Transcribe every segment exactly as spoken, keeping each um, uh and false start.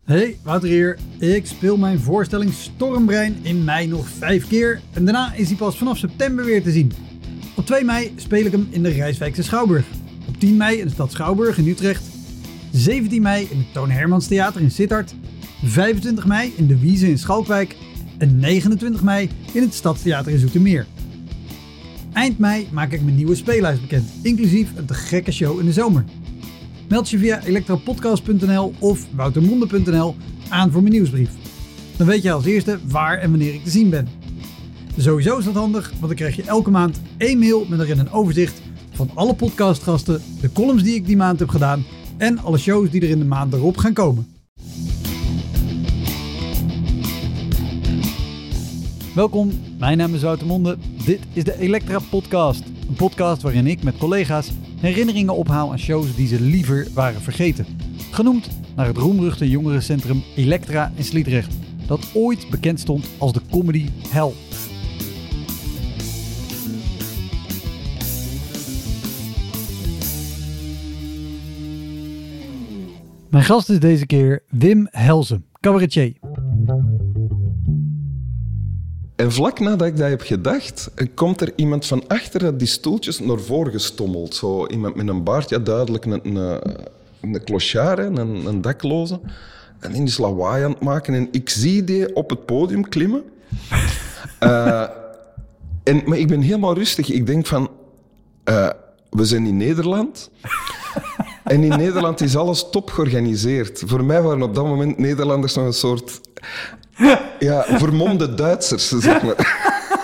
Hey, Wouter hier. Ik speel mijn voorstelling Stormbrein in mei nog vijf keer en daarna is hij pas vanaf september weer te zien. Op twee mei speel ik hem in de Rijswijkse Schouwburg. Op tien mei in de stad Schouwburg in Utrecht. zeventien mei in het Toon Hermans Theater in Sittard. vijfentwintig mei in de Wieze in Schalkwijk. En negenentwintig mei in het Stadstheater in Zoetermeer. Eind mei maak ik mijn nieuwe speellijst bekend, inclusief een te gekke show in de zomer. Meld je via elektrapodcast punt n l of woutermonde punt n l aan voor mijn nieuwsbrief. Dan weet je als eerste waar en wanneer ik te zien ben. Sowieso is dat handig, want dan krijg je elke maand één mail met erin een overzicht van alle podcastgasten, de columns die ik die maand heb gedaan en alle shows die er in de maand erop gaan komen. Welkom, mijn naam is Wouter Monde. Dit is de Elektra Podcast. Een podcast waarin ik met collega's herinneringen ophaal aan shows die ze liever waren vergeten. Genoemd naar het roemruchte jongerencentrum Elektra in Sliedrecht, dat ooit bekend stond als de comedy hell. Mijn gast is deze keer Wim Helsen, cabaretier. En vlak nadat ik dat heb gedacht, komt er iemand van achter die stoeltjes naar voren gestommeld. Zo iemand met een baard, ja duidelijk een, een, een clochard, een, een dakloze. En die is lawaai aan het maken. En ik zie die op het podium klimmen. uh, en, maar ik ben helemaal rustig. Ik denk van, uh, we zijn in Nederland. En in Nederland is alles top georganiseerd. Voor mij waren op dat moment Nederlanders nog een soort... Ja, vermomde Duitsers, zeg maar.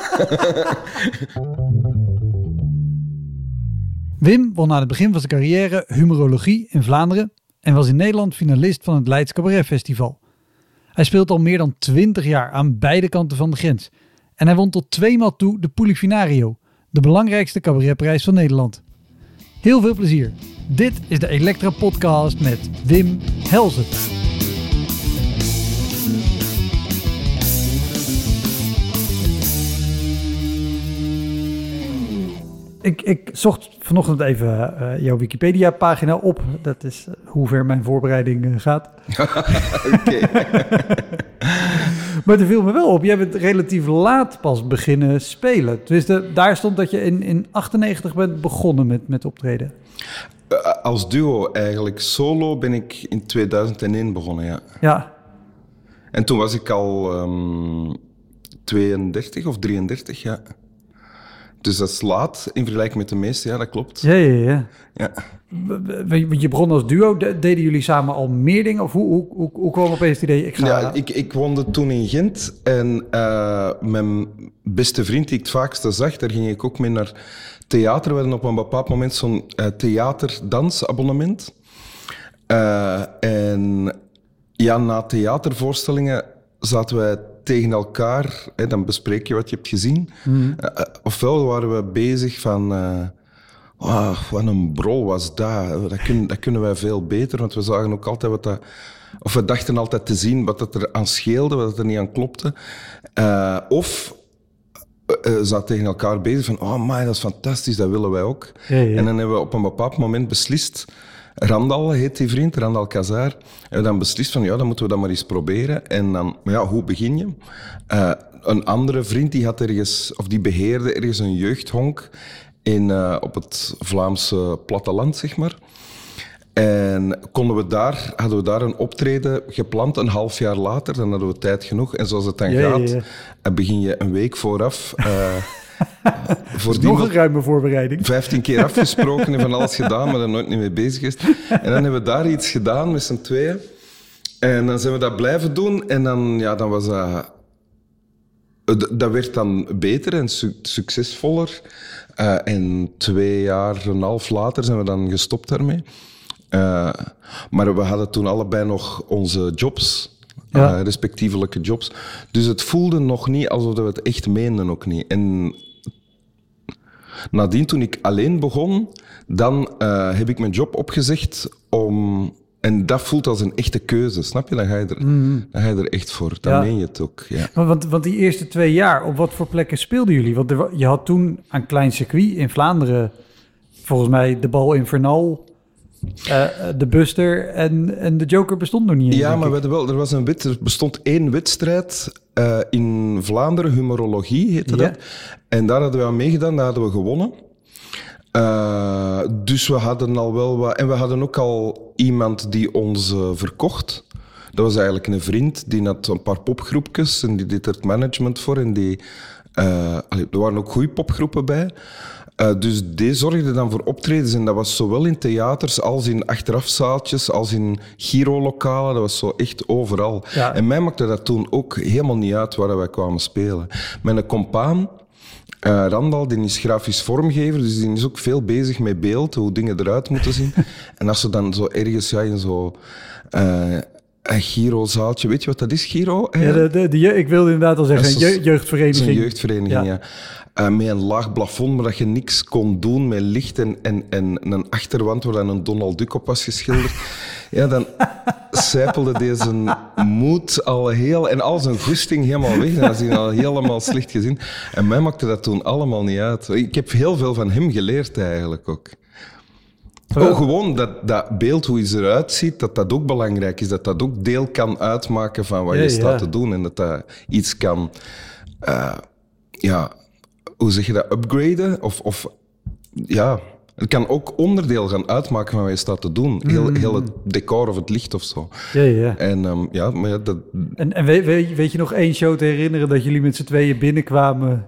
Wim won na het begin van zijn carrière humorologie in Vlaanderen en was in Nederland finalist van het Leids Cabaret Festival. Hij speelt al meer dan twintig jaar aan beide kanten van de grens. En hij won tot tweemaal toe de Polifinario, de belangrijkste cabaretprijs van Nederland. Heel veel plezier. Dit is de Elektra Podcast met Wim Helsen. Ik, ik zocht vanochtend even uh, jouw Wikipedia-pagina op. Dat is uh, hoe ver mijn voorbereiding uh, gaat. Oké. Maar er viel me wel op. Jij bent relatief laat pas beginnen spelen. Dus de, daar stond dat je in, in achtennegentig bent begonnen met, met optreden. Uh, als duo eigenlijk. Solo ben ik in tweeduizend één begonnen, ja. Ja. En toen was ik al um, tweeëndertig of drieëndertig, ja. Dus dat is laat in vergelijking met de meeste, ja, dat klopt. Ja, ja, ja. ja. Want je begon als duo, deden jullie samen al meer dingen? Of hoe, hoe, hoe, hoe kwam opeens het idee? Ik ga... Ja, ik, ik woonde toen in Gent en uh, mijn beste vriend die ik het vaakste zag, daar ging ik ook mee naar theater. We hadden op een bepaald moment zo'n uh, theaterdansabonnement. Uh, en ja, na theatervoorstellingen zaten wij tegen elkaar, hè, dan bespreek je wat je hebt gezien. Mm. Uh, ofwel waren we bezig van... Uh, oh, wat een brol was dat. Dat, kun, dat kunnen wij veel beter, want we zagen ook altijd wat dat... Of we dachten altijd te zien wat dat er aan scheelde, wat dat er niet aan klopte. Uh, of uh, zaten tegen elkaar bezig van... Oh, man, dat is fantastisch, dat willen wij ook. Ja, ja. En dan hebben we op een bepaald moment beslist... Randal heet die vriend, Randal Kazar. En we hebben dan beslist van, ja, dan moeten we dat maar eens proberen. En dan, maar ja, hoe begin je? Uh, een andere vriend, die had ergens, of die beheerde ergens een jeugdhonk in, uh, op het Vlaamse platteland, zeg maar. En konden we daar, hadden we daar een optreden gepland, een half jaar later. Dan hadden we tijd genoeg. En zoals het dan ja, gaat, ja, ja. begin je een week vooraf... Uh, Voor nog een ruime voorbereiding. Vijftien keer afgesproken en van alles gedaan, maar er nooit niet mee bezig is. En dan hebben we daar iets gedaan met z'n tweeën. En dan zijn we dat blijven doen. En dan, ja, dan was dat... Dat werd dan beter en su- succesvoller. Uh, en twee jaar en een half later zijn we dan gestopt daarmee. Uh, maar we hadden toen allebei nog onze jobs... Ja. Uh, respectievelijke jobs. Dus het voelde nog niet alsof we het echt meenden ook niet. En nadien, toen ik alleen begon, dan uh, heb ik mijn job opgezegd om... En dat voelt als een echte keuze, snap je? Dan ga je er, mm. dan ga je er echt voor. Dan ja. meen je het ook. Ja. Want, want die eerste twee jaar, op wat voor plekken speelden jullie? Want er, je had toen een klein circuit in Vlaanderen, volgens mij de Bal Infernal... Uh, de Buster en, en de Joker bestond nog niet eens. Ja, maar we hadden wel, er was een wet, er bestond één wedstrijd uh, in Vlaanderen, humorologie heette ja. dat. En daar hadden we aan meegedaan, daar hadden we gewonnen. Uh, dus we hadden al wel wat... En we hadden ook al iemand die ons uh, verkocht. Dat was eigenlijk een vriend, die had een paar popgroepjes en die deed er het management voor. En die, uh, allee, er waren ook goede popgroepen bij. Uh, dus die zorgde dan voor optredens en dat was zowel in theaters als in achterafzaaltjes, als in Giro-lokalen. Dat was zo echt overal. Ja. En mij maakte dat toen ook helemaal niet uit waar wij kwamen spelen. Mijn compaan, uh, Randal, die is grafisch vormgever, dus die is ook veel bezig met beeld, hoe dingen eruit moeten zien. En als ze dan zo ergens ja, in zo... Uh, Een Giro-zaaltje, weet je wat dat is, Giro? Ja, de, de, de, ik wilde inderdaad al zeggen, een je, jeugdvereniging. Een jeugdvereniging, ja. ja. Uh, met een laag plafond, maar dat je niks kon doen, met licht en, en, en een achterwand waar dan een Donald Duck op was geschilderd. Ja, dan sijpelde deze moed al heel... En al zijn goesting helemaal weg. En dat is hij al helemaal slecht gezien. En mij maakte dat toen allemaal niet uit. Ik heb heel veel van hem geleerd, eigenlijk ook. Oh, gewoon dat, dat beeld, hoe je eruit ziet, dat dat ook belangrijk is. Dat dat ook deel kan uitmaken van wat je ja, staat ja. te doen. En dat dat iets kan... Uh, ja, hoe zeg je dat? Upgraden? Of, of ja... Het kan ook onderdeel gaan uitmaken van wat je staat te doen. Heel, mm. heel het decor of het licht of zo. Ja, ja. En, um, ja, maar ja, dat... en, en weet, weet, weet je nog één show te herinneren dat jullie met z'n tweeën binnenkwamen...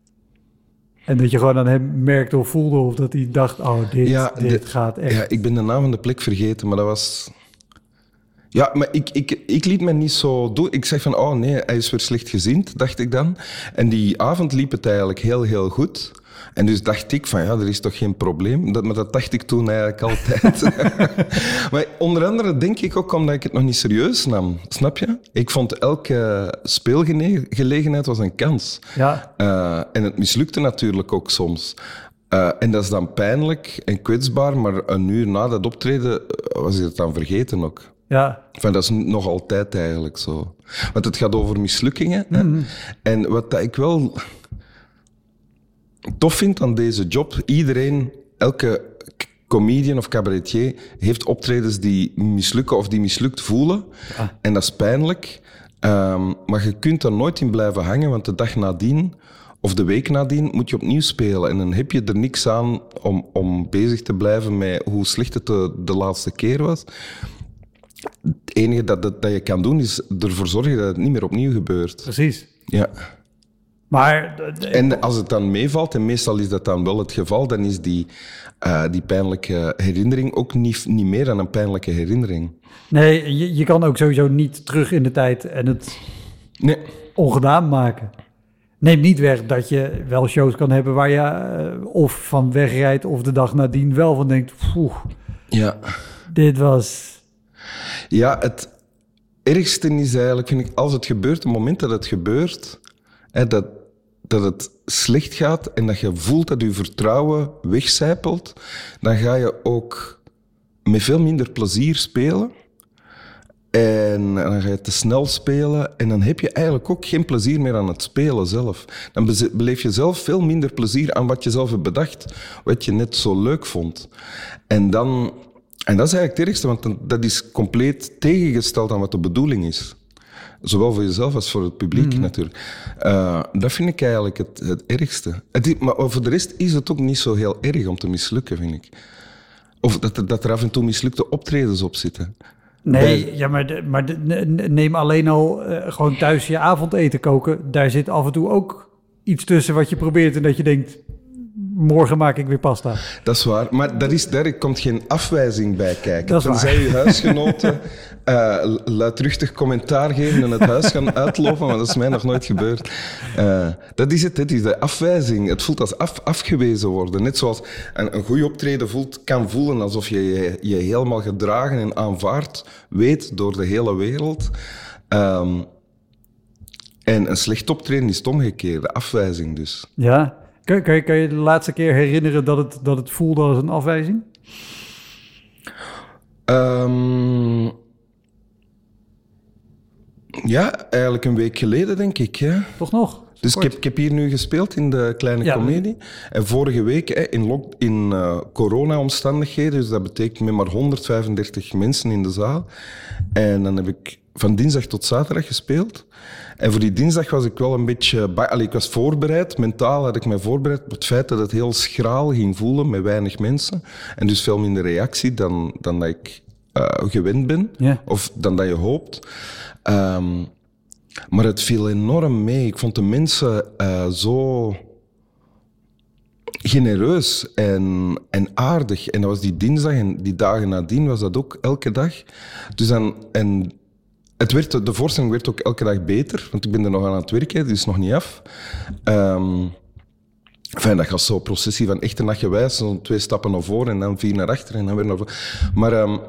En dat je gewoon aan hem merkte of voelde of dat hij dacht, oh, dit, ja, dit de, gaat echt. Ja, ik ben de naam van de plek vergeten, maar dat was... Ja, maar ik, ik, ik liet me niet zo doen. Ik zeg van, oh nee, hij is weer slechtgezind, dacht ik dan. En die avond liep het eigenlijk heel, heel goed. En dus dacht ik van, ja, er is toch geen probleem. Dat, maar dat dacht ik toen eigenlijk altijd. Maar onder andere denk ik ook omdat ik het nog niet serieus nam. Snap je? Ik vond elke speelgelegenheid was een kans. Ja. Uh, en het mislukte natuurlijk ook soms. Uh, en dat is dan pijnlijk en kwetsbaar, maar een uur na dat optreden was ik het dan vergeten ook. Ja. Enfin, dat is nog altijd eigenlijk zo. Want het gaat over mislukkingen. Mm-hmm. En wat dat ik wel... tof vind aan deze job, iedereen, elke comedian of cabaretier heeft optredens die mislukken of die mislukt voelen. Ja. En dat is pijnlijk. Um, maar je kunt daar nooit in blijven hangen, want de dag nadien of de week nadien moet je opnieuw spelen. En dan heb je er niks aan om, om bezig te blijven met hoe slecht het de, de laatste keer was. Het enige dat, dat, dat je kan doen is ervoor zorgen dat het niet meer opnieuw gebeurt. Precies. Ja. Maar, de, en als het dan meevalt, en meestal is dat dan wel het geval, dan is die, uh, die pijnlijke herinnering ook niet, niet meer dan een pijnlijke herinnering. Nee, je, je kan ook sowieso niet terug in de tijd en het nee. ongedaan maken. Neem niet weg dat je wel shows kan hebben waar je uh, of van wegrijdt of de dag nadien wel van denkt, poeh, ja. dit was... Ja, het ergste is eigenlijk, vind ik, als het gebeurt, het moment dat het gebeurt... Hè, dat, dat het slecht gaat en dat je voelt dat je vertrouwen wegcijpelt, dan ga je ook met veel minder plezier spelen. En dan ga je te snel spelen en dan heb je eigenlijk ook geen plezier meer aan het spelen zelf. Dan beleef je zelf veel minder plezier aan wat je zelf hebt bedacht, wat je net zo leuk vond. En, dan, en dat is eigenlijk het ergste, want dat is compleet tegengesteld aan wat de bedoeling is. Zowel voor jezelf als voor het publiek, mm-hmm. natuurlijk. Uh, dat vind ik eigenlijk het, het ergste. Het, maar voor de rest is het ook niet zo heel erg om te mislukken, vind ik. Of dat, dat er af en toe mislukte optredens op zitten. Nee, Bij... ja, maar, de, maar de, neem alleen al uh, gewoon thuis je avondeten koken. Daar zit af en toe ook iets tussen wat je probeert en dat je denkt... morgen maak ik weer pasta. Dat is waar, maar daar, is, daar komt geen afwijzing bij kijken. Dat is Tenzij waar. je huisgenoten uh, luidruchtig commentaar geven en het huis gaan uitlopen, maar dat is mij nog nooit gebeurd. Uh, dat is het, het is de afwijzing. Het voelt als af, afgewezen worden. Net zoals een, een goed optreden voelt, kan voelen alsof je, je je helemaal gedragen en aanvaard weet door de hele wereld. Um, en een slecht optreden is het omgekeerde, afwijzing dus. Ja. Kan, kan, je, kan je de laatste keer herinneren dat het, dat het voelde als een afwijzing? Um, ja, eigenlijk een week geleden, denk ik. Ja. Toch nog? Dus ik heb, ik heb hier nu gespeeld in de Kleine Ja, Comedie. En vorige week hè, in, lock, in uh, corona-omstandigheden, dus dat betekent met maar honderdvijfendertig mensen in de zaal. En dan heb ik van dinsdag tot zaterdag gespeeld. En voor die dinsdag was ik wel een beetje... Allee, ik was voorbereid, mentaal had ik mij voorbereid op het feit dat het heel schraal ging voelen met weinig mensen. En dus veel minder reactie dan, dan dat ik uh, gewend ben. Ja. Of dan dat je hoopt. Um, maar het viel enorm mee. Ik vond de mensen uh, zo genereus en, en aardig. En dat was die dinsdag en die dagen nadien was dat ook elke dag. Dus dan... En, Het werd, de voorstelling werd ook elke dag beter, want ik ben er nog aan het werken, die is nog niet af. Um, enfin, dat gaat zo'n processie van echte nachtgewijs, zo'n twee stappen naar voren en dan vier naar achter en dan weer naar voren. Maar, um,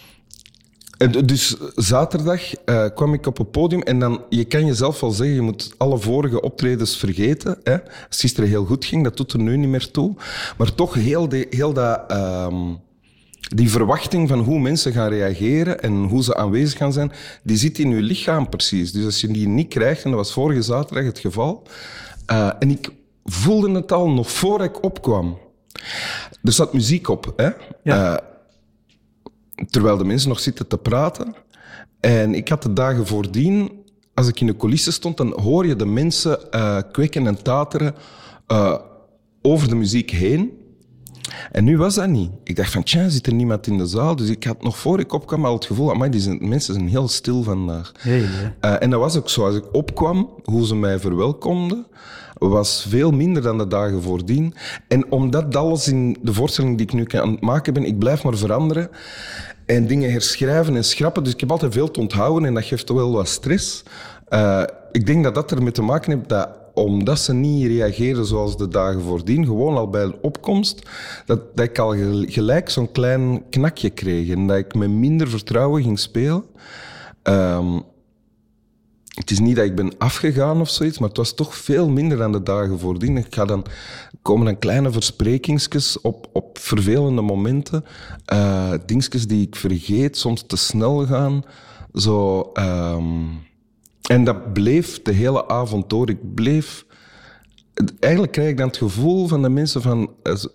dus zaterdag uh, kwam ik op het podium en dan, je kan jezelf wel zeggen, je moet alle vorige optredens vergeten. Hè? Als het gisteren heel goed ging, dat doet er nu niet meer toe. Maar toch heel, de, heel dat... Um, Die verwachting van hoe mensen gaan reageren en hoe ze aanwezig gaan zijn, die zit in je lichaam precies. Dus als je die niet krijgt, en dat was vorige zaterdag het geval, uh, en ik voelde het al nog voor ik opkwam. Er zat muziek op, hè? Ja. Uh, terwijl de mensen nog zitten te praten. En ik had de dagen voordien, als ik in de coulissen stond, dan hoor je de mensen uh, kweken en tateren uh, over de muziek heen. En nu was dat niet. Ik dacht van, tja, zit er niemand in de zaal? Dus ik had nog voor ik opkwam al het gevoel, amai, die zijn, mensen zijn heel stil vandaag. Hey, yeah. uh, en dat was ook zo. Als ik opkwam, hoe ze mij verwelkomden, was veel minder dan de dagen voordien. En omdat alles in de voorstelling die ik nu aan het maken ben, ik blijf maar veranderen en dingen herschrijven en schrappen. Dus ik heb altijd veel te onthouden en dat geeft toch wel wat stress. Uh, ik denk dat dat ermee te maken heeft dat omdat ze niet reageerden zoals de dagen voordien, gewoon al bij de opkomst, dat, dat ik al gelijk zo'n klein knakje kreeg en dat ik met minder vertrouwen ging spelen. Um, het is niet dat ik ben afgegaan of zoiets, maar het was toch veel minder dan de dagen voordien. Ik ga dan, komen dan kleine versprekingsjes op, op vervelende momenten, uh, dingetjes die ik vergeet, soms te snel gaan, zo... Um, En dat bleef de hele avond door. Ik bleef... Eigenlijk krijg ik dan het gevoel van de mensen van...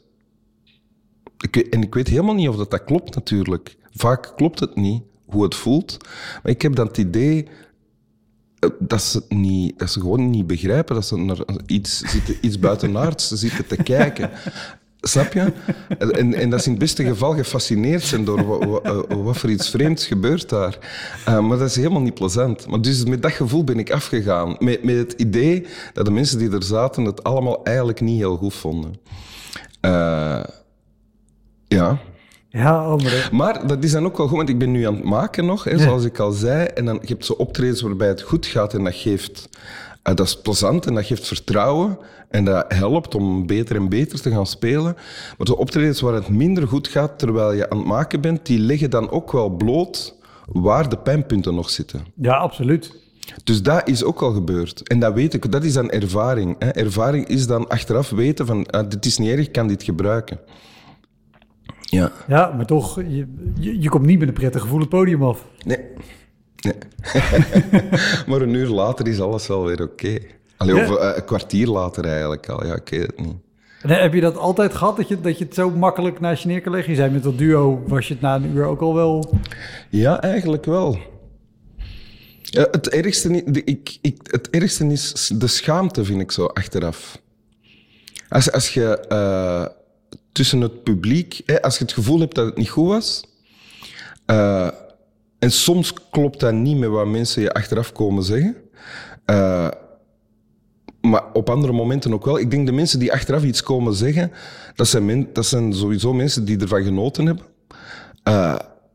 En ik weet helemaal niet of dat, dat klopt natuurlijk. Vaak klopt het niet, hoe het voelt. Maar ik heb dan het idee dat ze, het niet, dat ze gewoon niet begrijpen. Dat ze naar iets, zitten, iets buitenaards zitten te kijken. Snap je? En, en dat ze in het beste geval gefascineerd zijn door wat, wat, wat voor iets vreemds gebeurt daar. Uh, maar dat is helemaal niet plezant. Maar dus met dat gevoel ben ik afgegaan. Met, met het idee dat de mensen die er zaten het allemaal eigenlijk niet heel goed vonden. Uh, ja. Ja, andere. Maar dat is dan ook wel goed, want ik ben nu aan het maken nog, hè, ja. Zoals ik al zei. En dan, je hebt zo optredens waarbij het goed gaat en dat geeft... Uh, dat is plezant en dat geeft vertrouwen. En dat helpt om beter en beter te gaan spelen. Maar de optredens waar het minder goed gaat terwijl je aan het maken bent, die leggen dan ook wel bloot waar de pijnpunten nog zitten. Ja, absoluut. Dus dat is ook al gebeurd. En dat weet ik, dat is dan ervaring. Hè. Ervaring is dan achteraf weten van, ah, dit is niet erg, ik kan dit gebruiken. Ja, ja maar toch, je, je, je komt niet met een prettig gevoel het podium af. Nee. nee. Maar een uur later is alles wel weer oké. Okay. Allee, ja. Of uh, een kwartier later eigenlijk al, ja, ik weet het niet. En heb je dat altijd gehad, dat je, dat je het zo makkelijk naast je neer kan leggen? Je zei met dat duo, was je het na een uur ook al wel... Ja, eigenlijk wel. Ja, het, ergste, ik, ik, het ergste is de schaamte, vind ik zo, achteraf. Als, als je uh, tussen het publiek, hè, als je het gevoel hebt dat het niet goed was... Uh, en soms klopt dat niet met wat mensen je achteraf komen zeggen... Uh, Maar op andere momenten ook wel. Ik denk de mensen die achteraf iets komen zeggen, dat zijn, men, dat zijn sowieso mensen die ervan genoten hebben. Uh,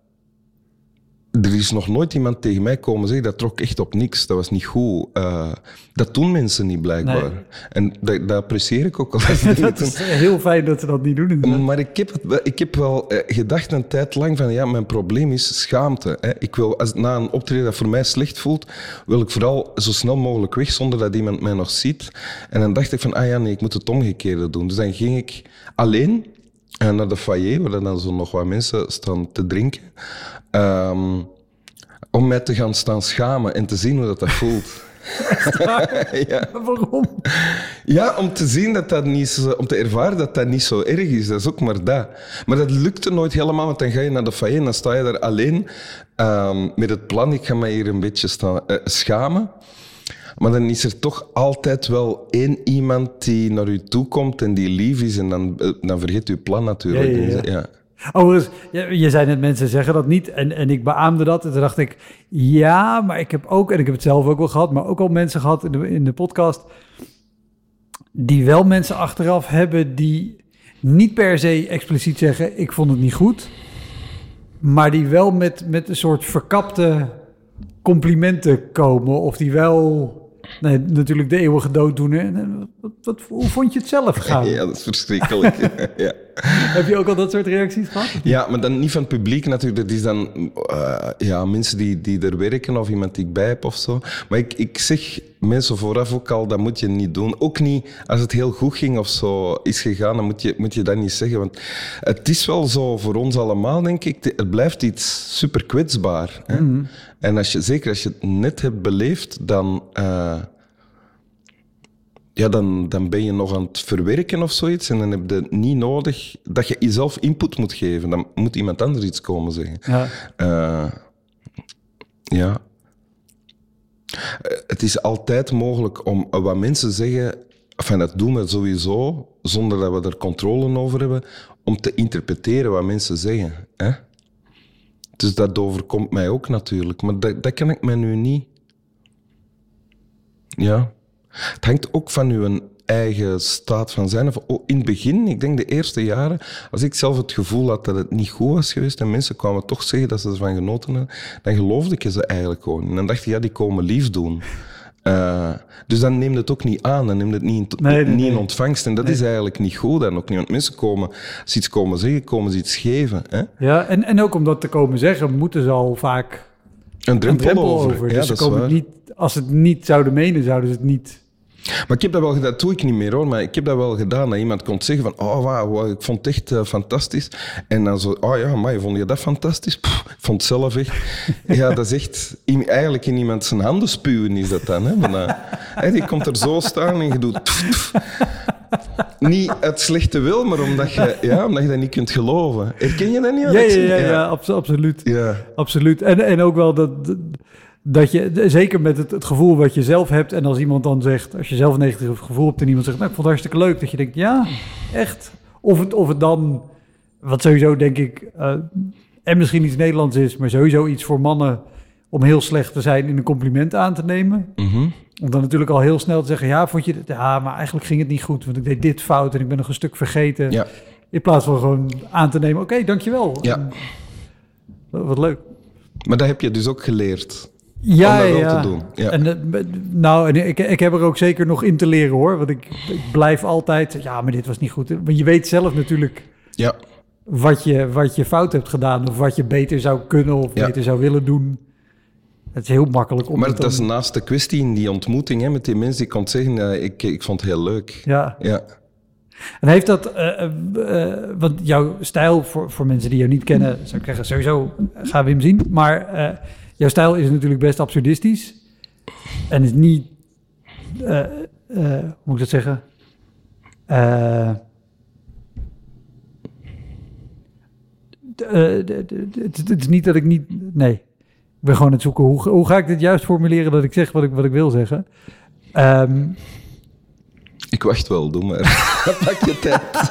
er is nog nooit iemand tegen mij komen zeggen, dat trok echt op niks, dat was niet goed. Uh, dat doen mensen niet, blijkbaar. Nee. En dat, dat apprecieer ik ook al. Dat is heel fijn dat ze dat niet doen. Inderdaad. Maar ik heb, het, ik heb wel uh, gedacht een tijd lang van, ja, mijn probleem is schaamte. Hè. Ik wil, als, na een optreden dat voor mij slecht voelt, wil ik vooral zo snel mogelijk weg, zonder dat iemand mij nog ziet. En dan dacht ik van, ah ja, nee, ik moet het omgekeerde doen. Dus dan ging ik alleen uh, naar de foyer, waar dan zo nog wat mensen staan te drinken. Um, om mij te gaan staan schamen en te zien hoe dat, dat voelt. Ja. Waarom? Ja, om te zien dat dat niet zo, om te ervaren dat dat niet zo erg is. Dat is ook maar dat. Maar dat lukte nooit helemaal, want dan ga je naar de foyer en dan sta je daar alleen um, met het plan, ik ga me hier een beetje staan, uh, schamen. Maar dan is er toch altijd wel één iemand die naar u toe komt en die lief is en dan, uh, dan vergeet u plan natuurlijk. Ja, ja, ja. Ja. Overigens, je, je zei net, mensen zeggen dat niet. En, en ik beaamde dat. En toen dacht ik, ja, maar ik heb ook... En ik heb het zelf ook wel gehad, maar ook al mensen gehad in de, in de podcast... die wel mensen achteraf hebben die niet per se expliciet zeggen... ik vond het niet goed. Maar die wel met, met een soort verkapte complimenten komen. Of die wel... Nee, natuurlijk de eeuwige dooddoener. Wat, wat, hoe vond je het zelf gaan? Ja, dat is verschrikkelijk. Ja. Heb je ook al dat soort reacties gehad? Ja, maar dan niet van het publiek natuurlijk. Dat is dan uh, ja, mensen die, die er werken of iemand die ik bij heb of zo. Maar ik, ik zeg mensen vooraf ook al, dat moet je niet doen. Ook niet als het heel goed ging of zo is gegaan, dan moet je, moet je dat niet zeggen. Want het is wel zo voor ons allemaal, denk ik. Het blijft iets super kwetsbaar. Hè? Mm-hmm. En als je, zeker als je het net hebt beleefd, dan... Uh, Ja, dan, dan ben je nog aan het verwerken of zoiets. En dan heb je niet nodig dat je jezelf input moet geven. Dan moet iemand anders iets komen zeggen. Ja. Uh, ja. Uh, het is altijd mogelijk om uh, wat mensen zeggen... Enfin, dat doen we sowieso, zonder dat we er controle over hebben... om te interpreteren wat mensen zeggen. Hè? Dus dat overkomt mij ook natuurlijk. Maar dat, dat kan ik mij nu niet... Ja... Het hangt ook van uw eigen staat van zijn. In het begin, ik denk de eerste jaren, als ik zelf het gevoel had dat het niet goed was geweest en mensen kwamen toch zeggen dat ze ervan genoten hadden, dan geloofde ik ze eigenlijk gewoon. En dan dacht ik, ja, die komen lief doen. Uh, dus dan neemt het ook niet aan, dan neemt het niet in, nee, nee, niet in ontvangst. En dat nee. is eigenlijk niet goed dan ook niet. Want mensen komen, als ze iets komen zeggen, komen ze iets geven. Hè? Ja, en, en ook om dat te komen zeggen, moeten ze al vaak een drempel, een drempel over. over. Dus ja, ze komen niet, als ze het niet zouden menen, zouden ze het niet... Maar ik heb dat wel gedaan, dat doe ik niet meer hoor, maar ik heb dat wel gedaan. Dat iemand kon zeggen van, oh wauw, ik vond het echt uh, fantastisch. En dan zo, oh ja, maar vond je dat fantastisch? Pff, ik vond het zelf echt... Ja, dat is echt... Eigenlijk in iemand zijn handen spuwen is dat dan. Hè? Maar dan, hè, die komt er zo staan en je doet... Pff, pff. Niet uit slechte wil, maar omdat je, ja, omdat je dat niet kunt geloven. Herken je dat niet? Ja, ja, ja, ja, ja abso- absoluut. Ja. absoluut. En, en ook wel dat... Dat je, zeker met het, het gevoel wat je zelf hebt... en als iemand dan zegt... als je zelf een negatief gevoel hebt en iemand zegt... nou, ik vond het hartstikke leuk, dat je denkt... ja, echt. Of het, of het dan... wat sowieso denk ik... Uh, en misschien iets Nederlands is... maar sowieso iets voor mannen... om heel slecht te zijn in een compliment aan te nemen. Mm-hmm. Om dan natuurlijk al heel snel te zeggen... ja, vond je dit? Ja, maar eigenlijk ging het niet goed... want ik deed dit fout en ik ben nog een stuk vergeten. Ja. In plaats van gewoon aan te nemen... oké, okay, dankjewel. Ja. En, wat leuk. Maar dat heb je dus ook geleerd... Ja, om dat wel ja. te doen. Ja. En, nou, en ik, ik heb er ook zeker nog in te leren, hoor. Want ik, ik blijf altijd... Ja, maar dit was niet goed. Want je weet zelf natuurlijk... Ja. Wat je, wat je fout hebt gedaan... of wat je beter zou kunnen of ja. beter zou willen doen. Het is heel makkelijk om... Maar dat is dan... naast de kwestie in die ontmoeting... Hè, met die mensen die kon zeggen... Uh, ik, ik vond het heel leuk. Ja. ja. En heeft dat... Uh, uh, want jouw stijl, voor, voor mensen die jou niet kennen... zou ik zeggen, sowieso gaan we hem zien. Maar... Uh, jouw stijl is natuurlijk best absurdistisch. En is niet... Uh, uh, hoe moet ik dat zeggen? Uh, uh, het is niet dat ik niet... Nee. Ik ben gewoon aan het zoeken. Hoe, hoe ga ik dit juist formuleren dat ik zeg wat ik, wat ik wil zeggen? Um, ik wacht wel, doe maar. Pak je tijd.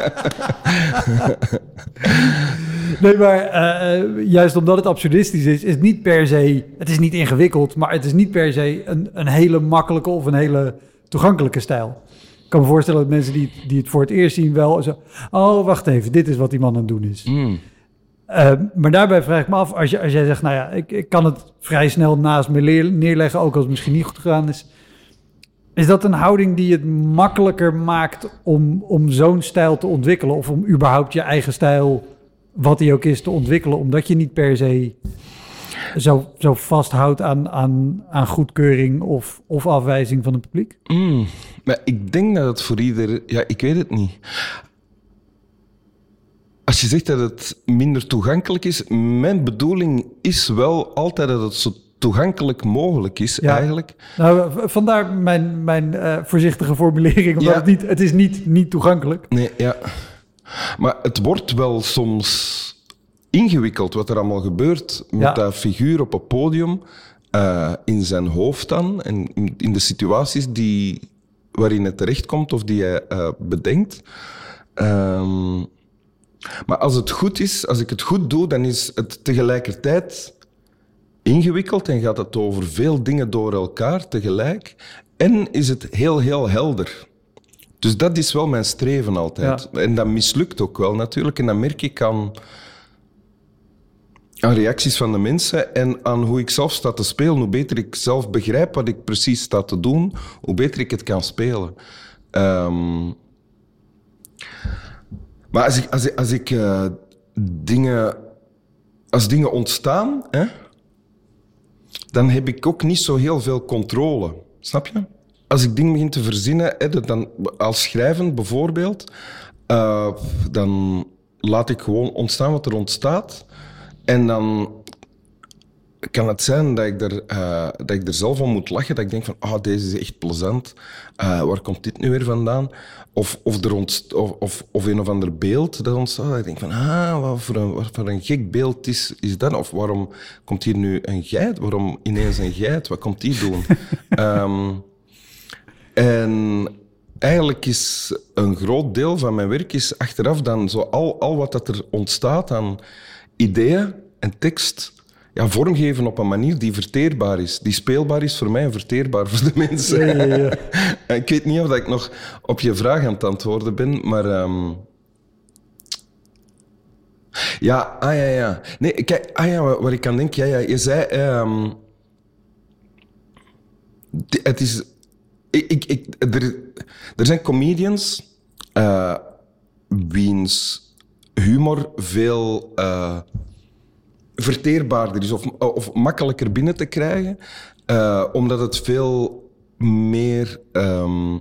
Nee, maar uh, juist omdat het absurdistisch is, is het niet per se... Het is niet ingewikkeld, maar het is niet per se een, een hele makkelijke of een hele toegankelijke stijl. Ik kan me voorstellen dat mensen die, die het voor het eerst zien wel zo... Oh, wacht even, dit is wat die man aan het doen is. Mm. Uh, maar daarbij vraag ik me af, als, je, als jij zegt... Nou ja, ik, ik kan het vrij snel naast me leer, neerleggen, ook als het misschien niet goed gedaan is... Is dat een houding die het makkelijker maakt om, om zo'n stijl te ontwikkelen? Of om überhaupt je eigen stijl, wat die ook is, te ontwikkelen? Omdat je niet per se zo, zo vasthoudt aan, aan, aan goedkeuring of, of afwijzing van het publiek? Mm, maar ik denk dat het voor ieder... Ja, ik weet het niet. Als je zegt dat het minder toegankelijk is... Mijn bedoeling is wel altijd dat het zo toegankelijk mogelijk is, ja. eigenlijk. Nou, vandaar mijn, mijn uh, voorzichtige formulering, omdat ja. het, niet, het is niet, niet toegankelijk. Nee, ja. Maar het wordt wel soms ingewikkeld wat er allemaal gebeurt met ja. dat figuur op het podium, uh, in zijn hoofd dan, en in de situaties die, waarin het terechtkomt of die hij uh, bedenkt. Um, maar als het goed is, als ik het goed doe, dan is het tegelijkertijd ingewikkeld en gaat het over veel dingen door elkaar tegelijk. En is het heel, heel helder. Dus dat is wel mijn streven altijd. Ja. En dat mislukt ook wel natuurlijk. En dat merk ik aan, aan reacties van de mensen en aan hoe ik zelf sta te spelen. Hoe beter ik zelf begrijp wat ik precies sta te doen, hoe beter ik het kan spelen. Um, maar als ik, als ik, als ik uh, dingen... Als dingen ontstaan, hè, dan heb ik ook niet zo heel veel controle. Snap je? Als ik dingen begin te verzinnen, hè, dan, als schrijvend bijvoorbeeld, uh, dan laat ik gewoon ontstaan wat er ontstaat. En dan kan het zijn dat ik er, uh, dat ik er zelf om moet lachen. Dat ik denk van, ah, oh, deze is echt plezant. Uh, waar komt dit nu weer vandaan? Of, of, er ontst- of, of, of een of ander beeld dat ontstaat. Dat ik denk van, ah, wat voor een, wat voor een gek beeld is, is dat? Of waarom komt hier nu een geit? Waarom ineens een geit? Wat komt die doen? um, en eigenlijk is een groot deel van mijn werk is achteraf dan zo al, al wat dat er ontstaat aan ideeën en tekst, ja, vormgeven op een manier die verteerbaar is. Die speelbaar is voor mij en verteerbaar voor de mensen. Ja, ja, ja. Ik weet niet of ik nog op je vraag aan het antwoorden ben, maar... Um... Ja, ah ja, ja. Nee, kijk, ah ja, waar ik aan denk, ja, ja, je zei... Um... Het is... Ik, ik, ik, er, er zijn comedians uh, wiens humor veel... Uh, verteerbaarder is of, of makkelijker binnen te krijgen, uh, omdat het veel meer um,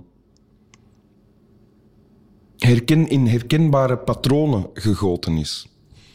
herken, in herkenbare patronen gegoten is.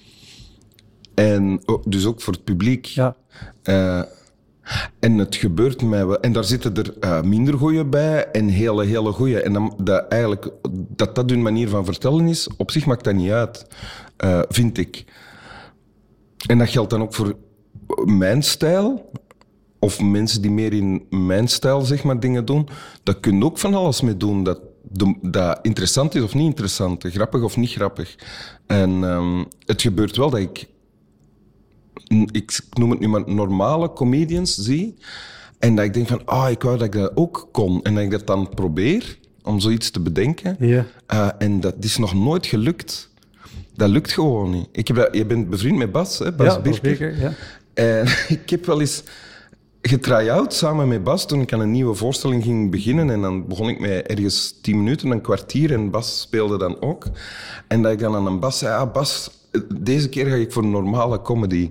En dus ook voor het publiek. Ja. Uh, en het gebeurt mij wel. En daar zitten er uh, minder goeie bij en hele, hele goeie. En dan, dat, eigenlijk, dat dat hun manier van vertellen is, op zich maakt dat niet uit, uh, vind ik. En dat geldt dan ook voor mijn stijl, of mensen die meer in mijn stijl zeg maar, dingen doen. Daar kun je ook van alles mee doen. Dat, dat interessant is of niet interessant, grappig of niet grappig. En um, het gebeurt wel dat ik, ik noem het nu maar normale comedians zie, en dat ik denk van, ah, oh, ik wou dat ik dat ook kon. En dat ik dat dan probeer om zoiets te bedenken. Ja. Uh, en dat is nog nooit gelukt. Dat lukt gewoon niet. Ik heb, je bent bevriend met Bas, hè? Bas ja, Birker. Bas Birker, ja. En ik heb wel eens getry-out samen met Bas toen ik aan een nieuwe voorstelling ging beginnen. En dan begon ik met ergens tien minuten, een kwartier. En Bas speelde dan ook. En dat ik dan aan een Bas zei, ah, Bas, deze keer ga ik voor een normale comedy.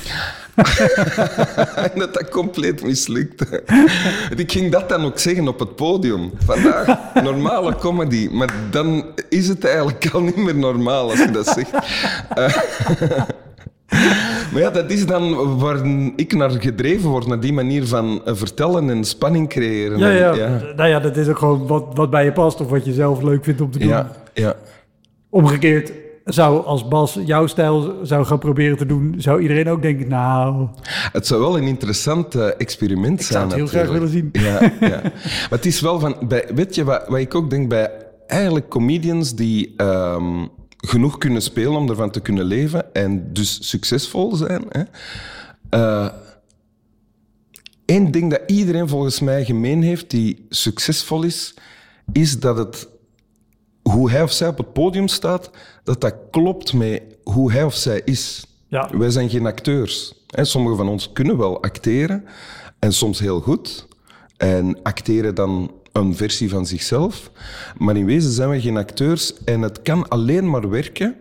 En dat dat compleet mislukte. Ik ging dat dan ook zeggen op het podium. Vandaag, normale comedy. Maar dan is het eigenlijk al niet meer normaal als je dat zegt. Uh, maar ja, dat is dan waar ik naar gedreven word. Naar die manier van vertellen en spanning creëren. Ja, ja. ja. Nou ja, dat is ook gewoon wat, wat bij je past of wat je zelf leuk vindt om te doen. Ja, ja. Omgekeerd... Zou als Bas jouw stijl zou gaan proberen te doen, zou iedereen ook denken, nou... Het zou wel een interessant uh, experiment ik zijn. Ik zou het heel natuurlijk. graag willen zien. Ja, ja. Maar het is wel van... Bij, weet je wat, wat ik ook denk bij eigenlijk comedians die um, genoeg kunnen spelen om ervan te kunnen leven en dus succesvol zijn. Hè? Uh, Eén ding dat iedereen volgens mij gemeen heeft die succesvol is, is dat het... hoe hij of zij op het podium staat, dat dat klopt met hoe hij of zij is. Ja. Wij zijn geen acteurs. Sommigen van ons kunnen wel acteren, en soms heel goed, en acteren dan een versie van zichzelf. Maar in wezen zijn we geen acteurs, en het kan alleen maar werken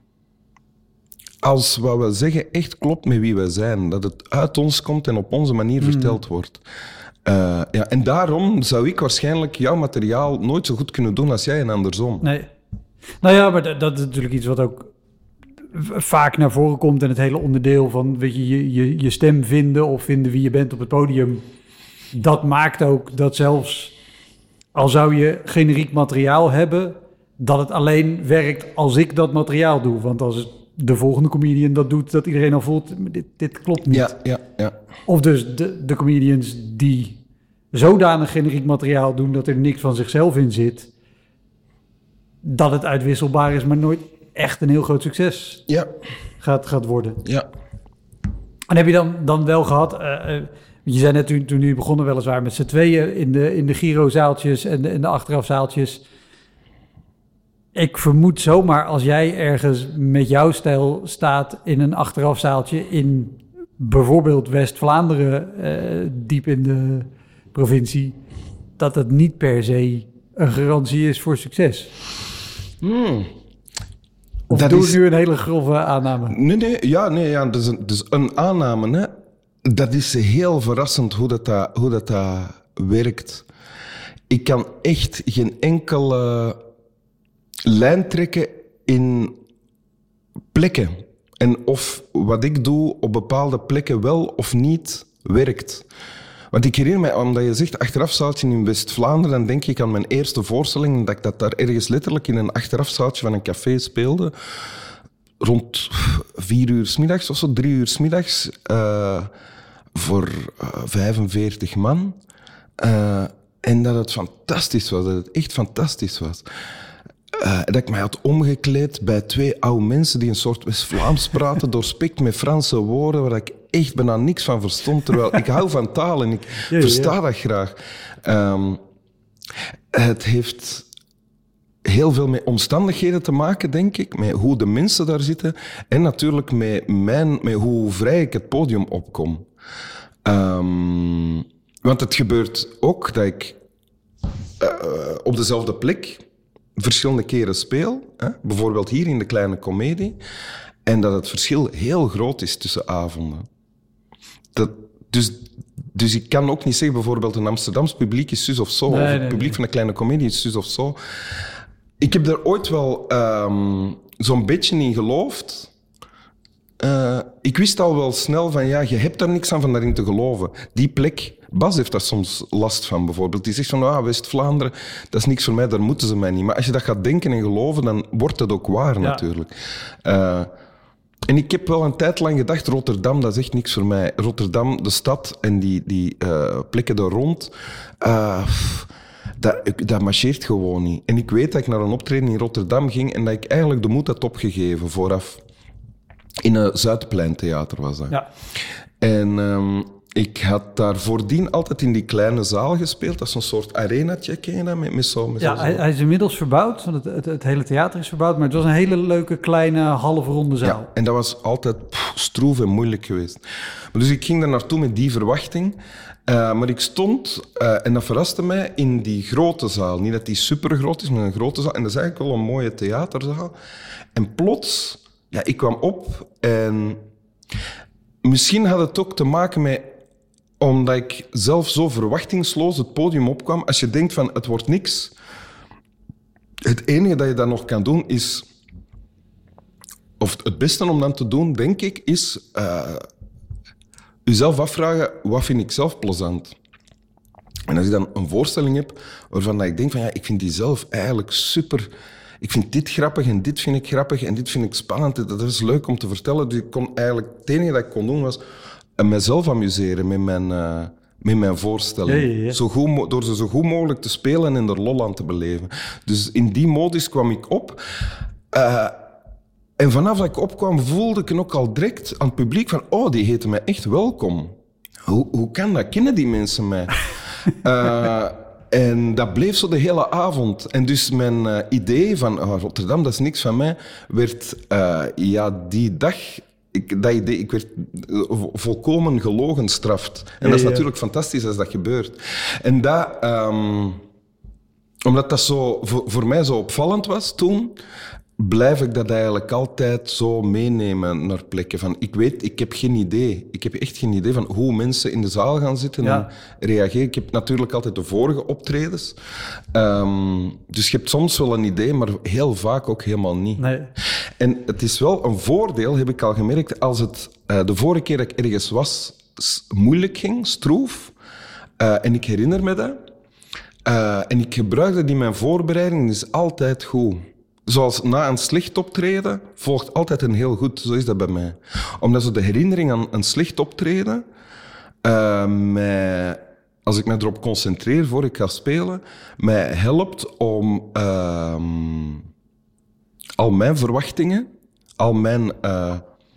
als wat we zeggen echt klopt met wie wij zijn. Dat het uit ons komt en op onze manier mm. verteld wordt. Uh, ja, en daarom zou ik waarschijnlijk jouw materiaal nooit zo goed kunnen doen als jij en andersom. Nee. Nou ja, maar dat, dat is natuurlijk iets wat ook vaak naar voren komt en het hele onderdeel van weet je, je, je, je stem vinden of vinden wie je bent op het podium. Dat maakt ook dat zelfs al zou je generiek materiaal hebben, dat het alleen werkt als ik dat materiaal doe. Want als het de volgende comedian dat doet, dat iedereen al voelt, dit, dit klopt niet. Ja, ja, ja. Of dus de, de comedians die zodanig generiek materiaal doen dat er niks van zichzelf in zit, dat het uitwisselbaar is, maar nooit echt een heel groot succes ja. gaat, gaat worden. Ja. En heb je dan, dan wel gehad, uh, uh, je zei net toen, toen jullie begonnen weliswaar met z'n tweeën in de, in de Giro-zaaltjes en de, en de achterafzaaltjes. Ik vermoed zomaar als jij ergens met jouw stijl staat in een achterafzaaltje in bijvoorbeeld West-Vlaanderen, uh, diep in de provincie, dat het niet per se een garantie is voor succes. Hmm. Of dat doe is ik nu een hele grove aanname? Nee, nee, ja, nee, ja, dus een, dus een aanname, hè. Dat is heel verrassend hoe dat, dat, hoe dat, dat werkt. Ik kan echt geen enkele lijn trekken in plekken. En of wat ik doe op bepaalde plekken wel of niet werkt. Want ik herinner mij, omdat je zegt achterafzaaltje in West-Vlaanderen, dan denk ik aan mijn eerste voorstelling, dat ik dat daar ergens letterlijk in een achterafzaaltje van een café speelde. Rond vier uur 's middags of zo, drie uur 's middags, uh, voor uh, vijfenveertig man. Uh, en dat het fantastisch was, dat het echt fantastisch was. Uh, dat ik mij had omgekleed bij twee oude mensen die een soort West-Vlaams praten, doorspekt met Franse woorden, waar ik echt bijna niks van verstond. Terwijl ik hou van taal en ik ja, versta ja. dat graag. Um, het heeft heel veel met omstandigheden te maken, denk ik. Met hoe de mensen daar zitten. En natuurlijk met, mijn, met hoe vrij ik het podium opkom. Um, want het gebeurt ook dat ik uh, op dezelfde plek verschillende keren speel. Hè? Bijvoorbeeld hier in de Kleine Comedie. En dat het verschil heel groot is tussen avonden. Dat, dus, dus ik kan ook niet zeggen, bijvoorbeeld een Amsterdams publiek is zus of zo. Nee, of het nee, publiek nee. van de Kleine Comedie is zus of zo. Ik heb daar ooit wel um, zo'n beetje in geloofd. Uh, ik wist al wel snel van, ja, je hebt daar niks aan van daarin te geloven. Die plek, Bas heeft daar soms last van, bijvoorbeeld. Die zegt van, ah, West-Vlaanderen, dat is niks voor mij, daar moeten ze mij niet. Maar als je dat gaat denken en geloven, dan wordt het ook waar, ja. natuurlijk. Uh, en ik heb wel een tijd lang gedacht, Rotterdam, dat is echt niks voor mij. Rotterdam, de stad en die, die uh, plekken daar rond, uh, dat, dat marcheert gewoon niet. En ik weet dat ik naar een optreden in Rotterdam ging en dat ik eigenlijk de moed had opgegeven vooraf. In een Zuidpleintheater was dat. Ja. En um, ik had daar voordien altijd in die kleine zaal gespeeld. Dat is een soort arenatje, ken je dat? Met, met zo, met ja, zo, hij, hij is inmiddels verbouwd, want het, het, het hele theater is verbouwd. Maar het was een hele leuke, kleine, halfronde zaal. Ja, en dat was altijd pff, stroef en moeilijk geweest. Maar dus ik ging daar naartoe met die verwachting. Uh, maar ik stond, uh, en dat verraste mij, in die grote zaal. Niet dat die supergroot is, maar een grote zaal. En dat is eigenlijk wel een mooie theaterzaal. En plots, ja, ik kwam op en misschien had het ook te maken met omdat ik zelf zo verwachtingsloos het podium opkwam. Als je denkt van, het wordt niks. Het enige dat je dan nog kan doen is... Of het beste om dan te doen, denk ik, is... Uh, jezelf afvragen, wat vind ik zelf plezant? En als ik dan een voorstelling heb waarvan ik denk van, ja, ik vind die zelf eigenlijk super... Ik vind dit grappig en dit vind ik grappig en dit vind ik spannend. Dat is leuk om te vertellen. Dus ik kon eigenlijk... Het enige dat ik kon doen was... mezelf amuseren met mijn, uh, met mijn voorstelling. Ja, ja, ja. Zo goed, door ze zo goed mogelijk te spelen en er lol aan te beleven. Dus in die modus kwam ik op. Uh, en vanaf dat ik opkwam, voelde ik ook al direct aan het publiek van... Oh, die heten mij echt welkom. Hoe, hoe kan dat? Kennen die mensen mij? uh, en dat bleef zo de hele avond. En dus mijn uh, idee van oh, Rotterdam, dat is niks van mij, werd uh, ja, die dag... Ik, dat idee, ik werd volkomen gelogenstraft. En ja, dat is ja. natuurlijk fantastisch als dat gebeurt. En dat, um, omdat dat zo, voor, voor mij zo opvallend was toen, blijf ik dat eigenlijk altijd zo meenemen naar plekken. Van, ik weet, ik heb geen idee. Ik heb echt geen idee van hoe mensen in de zaal gaan zitten ja. en reageren. Ik heb natuurlijk altijd de vorige optredens. Um, dus je hebt soms wel een idee, maar heel vaak ook helemaal niet. Nee. En het is wel een voordeel, heb ik al gemerkt, als het uh, de vorige keer dat ik ergens was, moeilijk ging, stroef. Uh, en ik herinner me dat. Uh, en ik gebruik dat in mijn voorbereiding, is altijd goed. Zoals na een slecht optreden volgt altijd een heel goed. Zo is dat bij mij. Omdat zo de herinnering aan een slecht optreden, uh, mij, als ik me erop concentreer voor ik ga spelen, mij helpt om uh, al mijn verwachtingen, al mijn uh,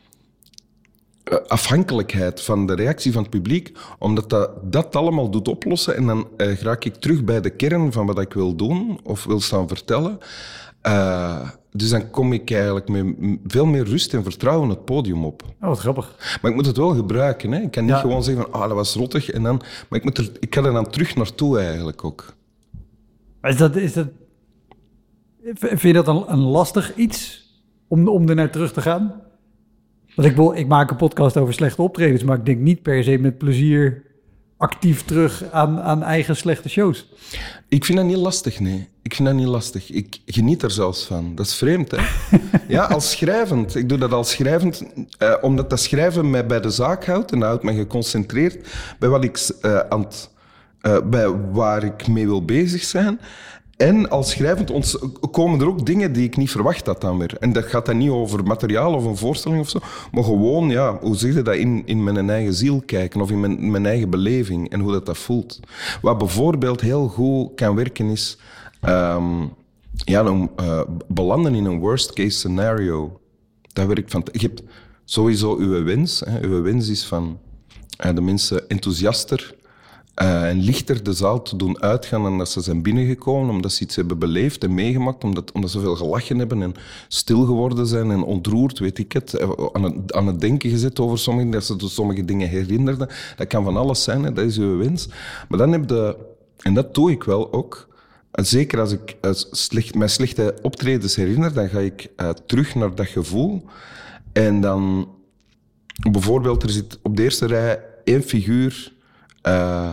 afhankelijkheid van de reactie van het publiek, omdat dat, dat allemaal doet oplossen en dan uh, raak ik terug bij de kern van wat ik wil doen of wil staan vertellen. Uh, dus dan kom ik eigenlijk met veel meer rust en vertrouwen het podium op. Oh, wat grappig. Maar ik moet het wel gebruiken. Hè. Ik kan niet ja. gewoon zeggen van, ah, dat was rottig. En dan, maar ik, moet er, ik ga er dan terug naartoe eigenlijk ook. Is dat, is dat, vind je dat een, een lastig iets om, om er naar terug te gaan? Want ik, wil, ik maak een podcast over slechte optredens, maar ik denk niet per se met plezier actief terug aan, aan eigen slechte shows. Ik vind dat niet lastig, nee. Ik vind dat niet lastig. Ik geniet er zelfs van. Dat is vreemd, hè? Ja, als schrijvend. Ik doe dat als schrijvend, uh, omdat dat schrijven mij bij de zaak houdt en dat houdt mij geconcentreerd bij, wat ik, uh, aan het, uh, bij waar ik mee wil bezig zijn. En als schrijvend ons, komen er ook dingen die ik niet verwacht had dan weer. En dat gaat dan niet over materiaal of een voorstelling of zo, maar gewoon, ja, hoe zeg je dat, in, in mijn eigen ziel kijken of in mijn, mijn eigen beleving en hoe dat, dat voelt. Wat bijvoorbeeld heel goed kan werken is um, ja, dan, uh, belanden in een worst case scenario. Dat werkt van... Je hebt sowieso uw wens. Hè. Uw wens is van uh, de mensen enthousiaster Uh, en lichter de zaal te doen uitgaan dan dat ze zijn binnengekomen, omdat ze iets hebben beleefd en meegemaakt, omdat, omdat ze veel gelachen hebben en stil geworden zijn en ontroerd, weet ik het, aan het, aan het denken gezet over sommige, dat ze sommige dingen herinnerden. Dat kan van alles zijn, hè, dat is uw wens. Maar dan heb je, en dat doe ik wel ook, zeker als ik uh, slecht, mijn slechte optredens herinner, dan ga ik uh, terug naar dat gevoel. En dan, bijvoorbeeld, er zit op de eerste rij één figuur Uh,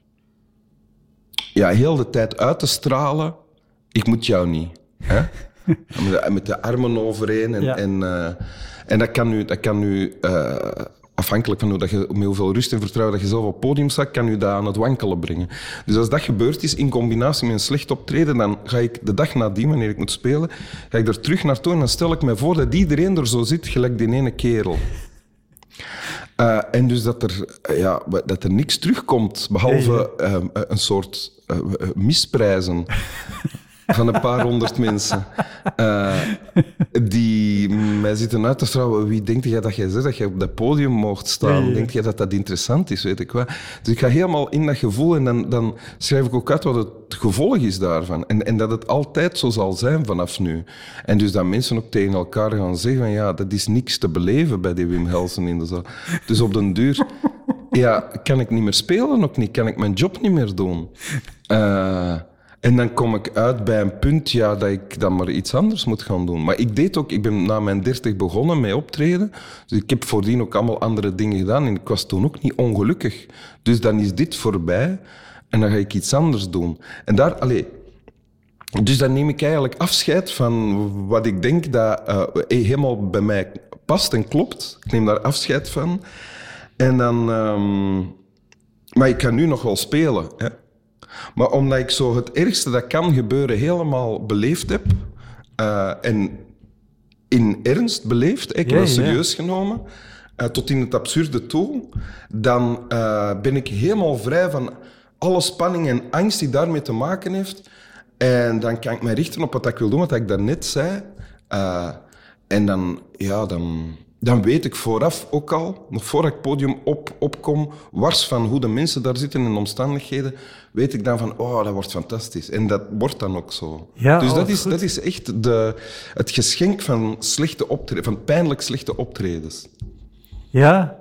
ja, heel de tijd uit te stralen, ik moet jou niet. Hè? met, de, met de armen overeen. En, ja. en, uh, en dat kan u, dat kan u uh, afhankelijk van hoe dat je, met hoeveel rust en vertrouwen dat je zelf op het podium staat, kan u dat aan het wankelen brengen. Dus als dat gebeurd is, in combinatie met een slecht optreden, dan ga ik de dag nadien, wanneer ik moet spelen, ga ik er terug naartoe en dan stel ik me voor dat iedereen er zo zit, gelijk die ene kerel. Uh, en dus dat er, uh, ja, dat er niks terugkomt, behalve uh, een soort uh, misprijzen van een paar honderd mensen. Uh, die mij zitten uit te stralen. Wie denkt jij dat jij zegt dat je op dat podium mocht staan? Ja, ja. Denk jij dat dat interessant is? Weet ik wat. Dus ik ga helemaal in dat gevoel en dan, dan schrijf ik ook uit wat het gevolg is daarvan. En, en dat het altijd zo zal zijn vanaf nu. En dus dat mensen ook tegen elkaar gaan zeggen van ja, dat is niks te beleven bij die Wim Helsen in de zaal. Dus op den duur, ja, kan ik niet meer spelen ook niet? Kan ik mijn job niet meer doen? Uh, En dan kom ik uit bij een punt ja, dat ik dan maar iets anders moet gaan doen. Maar ik deed ook, ik ben na mijn dertig begonnen met optreden. Dus ik heb voordien ook allemaal andere dingen gedaan. En ik was toen ook niet ongelukkig. Dus dan is dit voorbij en dan ga ik iets anders doen. En daar, allez, dus dan neem ik eigenlijk afscheid van wat ik denk dat uh, helemaal bij mij past en klopt. Ik neem daar afscheid van. En dan... Um, maar ik kan nu nog wel spelen, hè. Maar omdat ik zo het ergste dat kan gebeuren helemaal beleefd heb, uh, en in ernst beleefd, ik heb dat serieus genomen, uh, tot in het absurde toe, dan uh, ben ik helemaal vrij van alle spanning en angst die daarmee te maken heeft. En dan kan ik mij richten op wat ik wil doen, wat ik daarnet zei. Uh, en dan, ja, dan... Dan weet ik vooraf ook al, nog voor ik het podium op, opkom, wars van hoe de mensen daar zitten en de omstandigheden, weet ik dan van, oh, dat wordt fantastisch. En dat wordt dan ook zo. Ja, dus dat is, dat is echt de, het geschenk van, slechte optreden, van pijnlijk slechte optredens. Ja.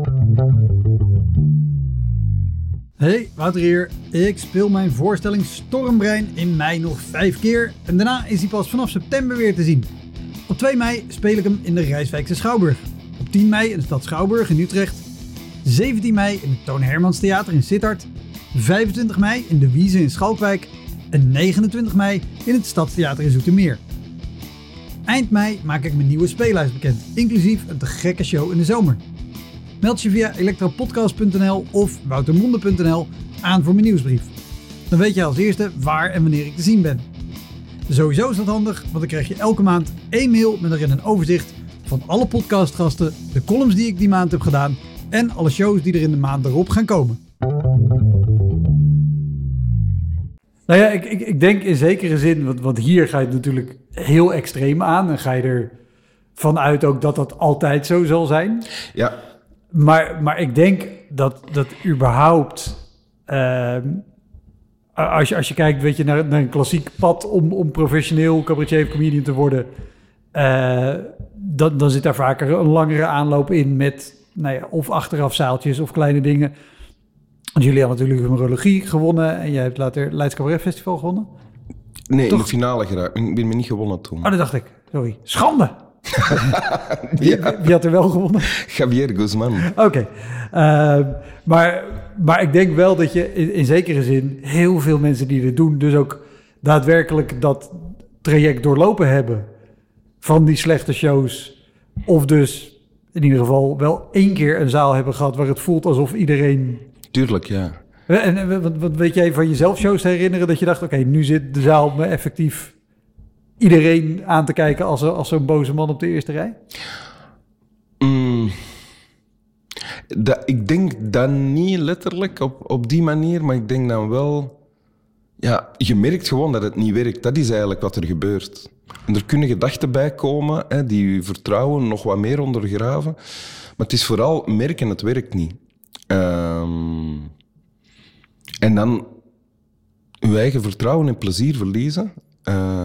Hey, Wouter hier. Ik speel mijn voorstelling Stormbrein in mei nog vijf keer. En daarna is hij pas vanaf september weer te zien. Op twee mei speel ik hem in de Rijswijkse Schouwburg. Op tien mei in de stad Schouwburg in Utrecht. zeventien mei in het Toon Hermans Theater in Sittard. vijfentwintig mei in de Wieze in Schalkwijk. En negenentwintig mei in het Stadstheater in Zoetermeer. Eind mei maak ik mijn nieuwe speellijst bekend, inclusief een te gekke show in de zomer. Meld je via elektropodcast punt n l of woutermonde punt n l aan voor mijn nieuwsbrief. Dan weet je als eerste waar en wanneer ik te zien ben. Sowieso is dat handig, want dan krijg je elke maand één mail met erin een overzicht van alle podcastgasten, de columns die ik die maand heb gedaan en alle shows die er in de maand erop gaan komen. Nou ja, ik, ik, ik denk in zekere zin, want, want hier ga je het natuurlijk heel extreem aan en ga je er vanuit ook dat dat altijd zo zal zijn. Ja. Maar, maar ik denk dat, dat überhaupt, uh, als, je, als je kijkt weet je, naar, naar een klassiek pad om, om professioneel cabaretier of comedian te worden, uh, dan, dan zit daar vaker een langere aanloop in met nou ja, of achteraf zaaltjes of kleine dingen. Want jullie hadden natuurlijk een urologie gewonnen en jij hebt later Leids Cabaret Festival gewonnen. Nee, Toch? in de finale geraakt. Ik ben me niet gewonnen toen. Oh, dat dacht ik. Sorry. Schande! wie, Ja. wie had er wel gewonnen? Javier Guzman. Oké. Okay. Uh, maar, maar ik denk wel dat je in, in zekere zin heel veel mensen die dit doen, dus ook daadwerkelijk dat traject doorlopen hebben van die slechte shows. Of dus in ieder geval wel één keer een zaal hebben gehad waar het voelt alsof iedereen... Tuurlijk, ja. En wat, wat weet jij van jezelf shows te herinneren dat je dacht, oké, okay, nu zit de zaal me effectief iedereen aan te kijken als, als zo'n boze man op de eerste rij? Mm, dat, ik denk dan niet letterlijk op, op die manier, maar ik denk dan wel... Ja, je merkt gewoon dat het niet werkt. Dat is eigenlijk wat er gebeurt. En er kunnen gedachten bij komen hè, die je vertrouwen nog wat meer ondergraven. Maar het is vooral merken, het werkt niet. Um, en dan je eigen vertrouwen en plezier verliezen. Uh,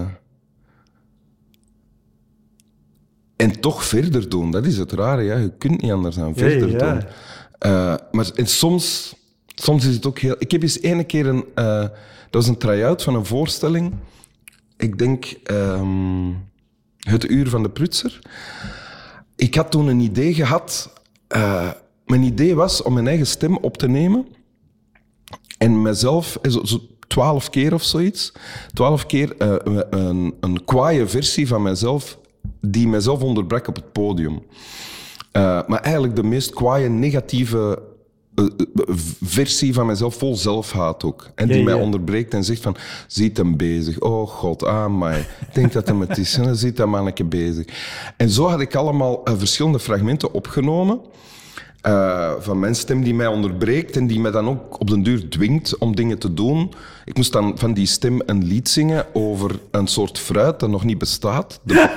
en toch verder doen. Dat is het rare. Ja. Je kunt niet anders dan verder ja, ja. doen. Uh, maar en soms, soms is het ook heel... Ik heb eens ene keer een... Uh, dat was een try-out van een voorstelling. Ik denk... Um, Het Uur van de Prutser. Ik had toen een idee gehad... Uh, Mijn idee was om mijn eigen stem op te nemen en mezelf, zo, zo twaalf keer of zoiets, twaalf keer uh, een, een kwaaie versie van mezelf die mezelf onderbrak op het podium. Uh, maar eigenlijk de meest kwaaie, negatieve uh, versie van mezelf, vol zelfhaat ook. En die ja, ja. mij onderbreekt en zegt van, ziet hem bezig. Oh god, ah my. Ik denk dat hem het is. En dan ziet dat manneke bezig. En zo had ik allemaal uh, verschillende fragmenten opgenomen. Uh, van mijn stem die mij onderbreekt en die mij dan ook op den duur dwingt om dingen te doen. Ik moest dan van die stem een lied zingen over een soort fruit dat nog niet bestaat. De,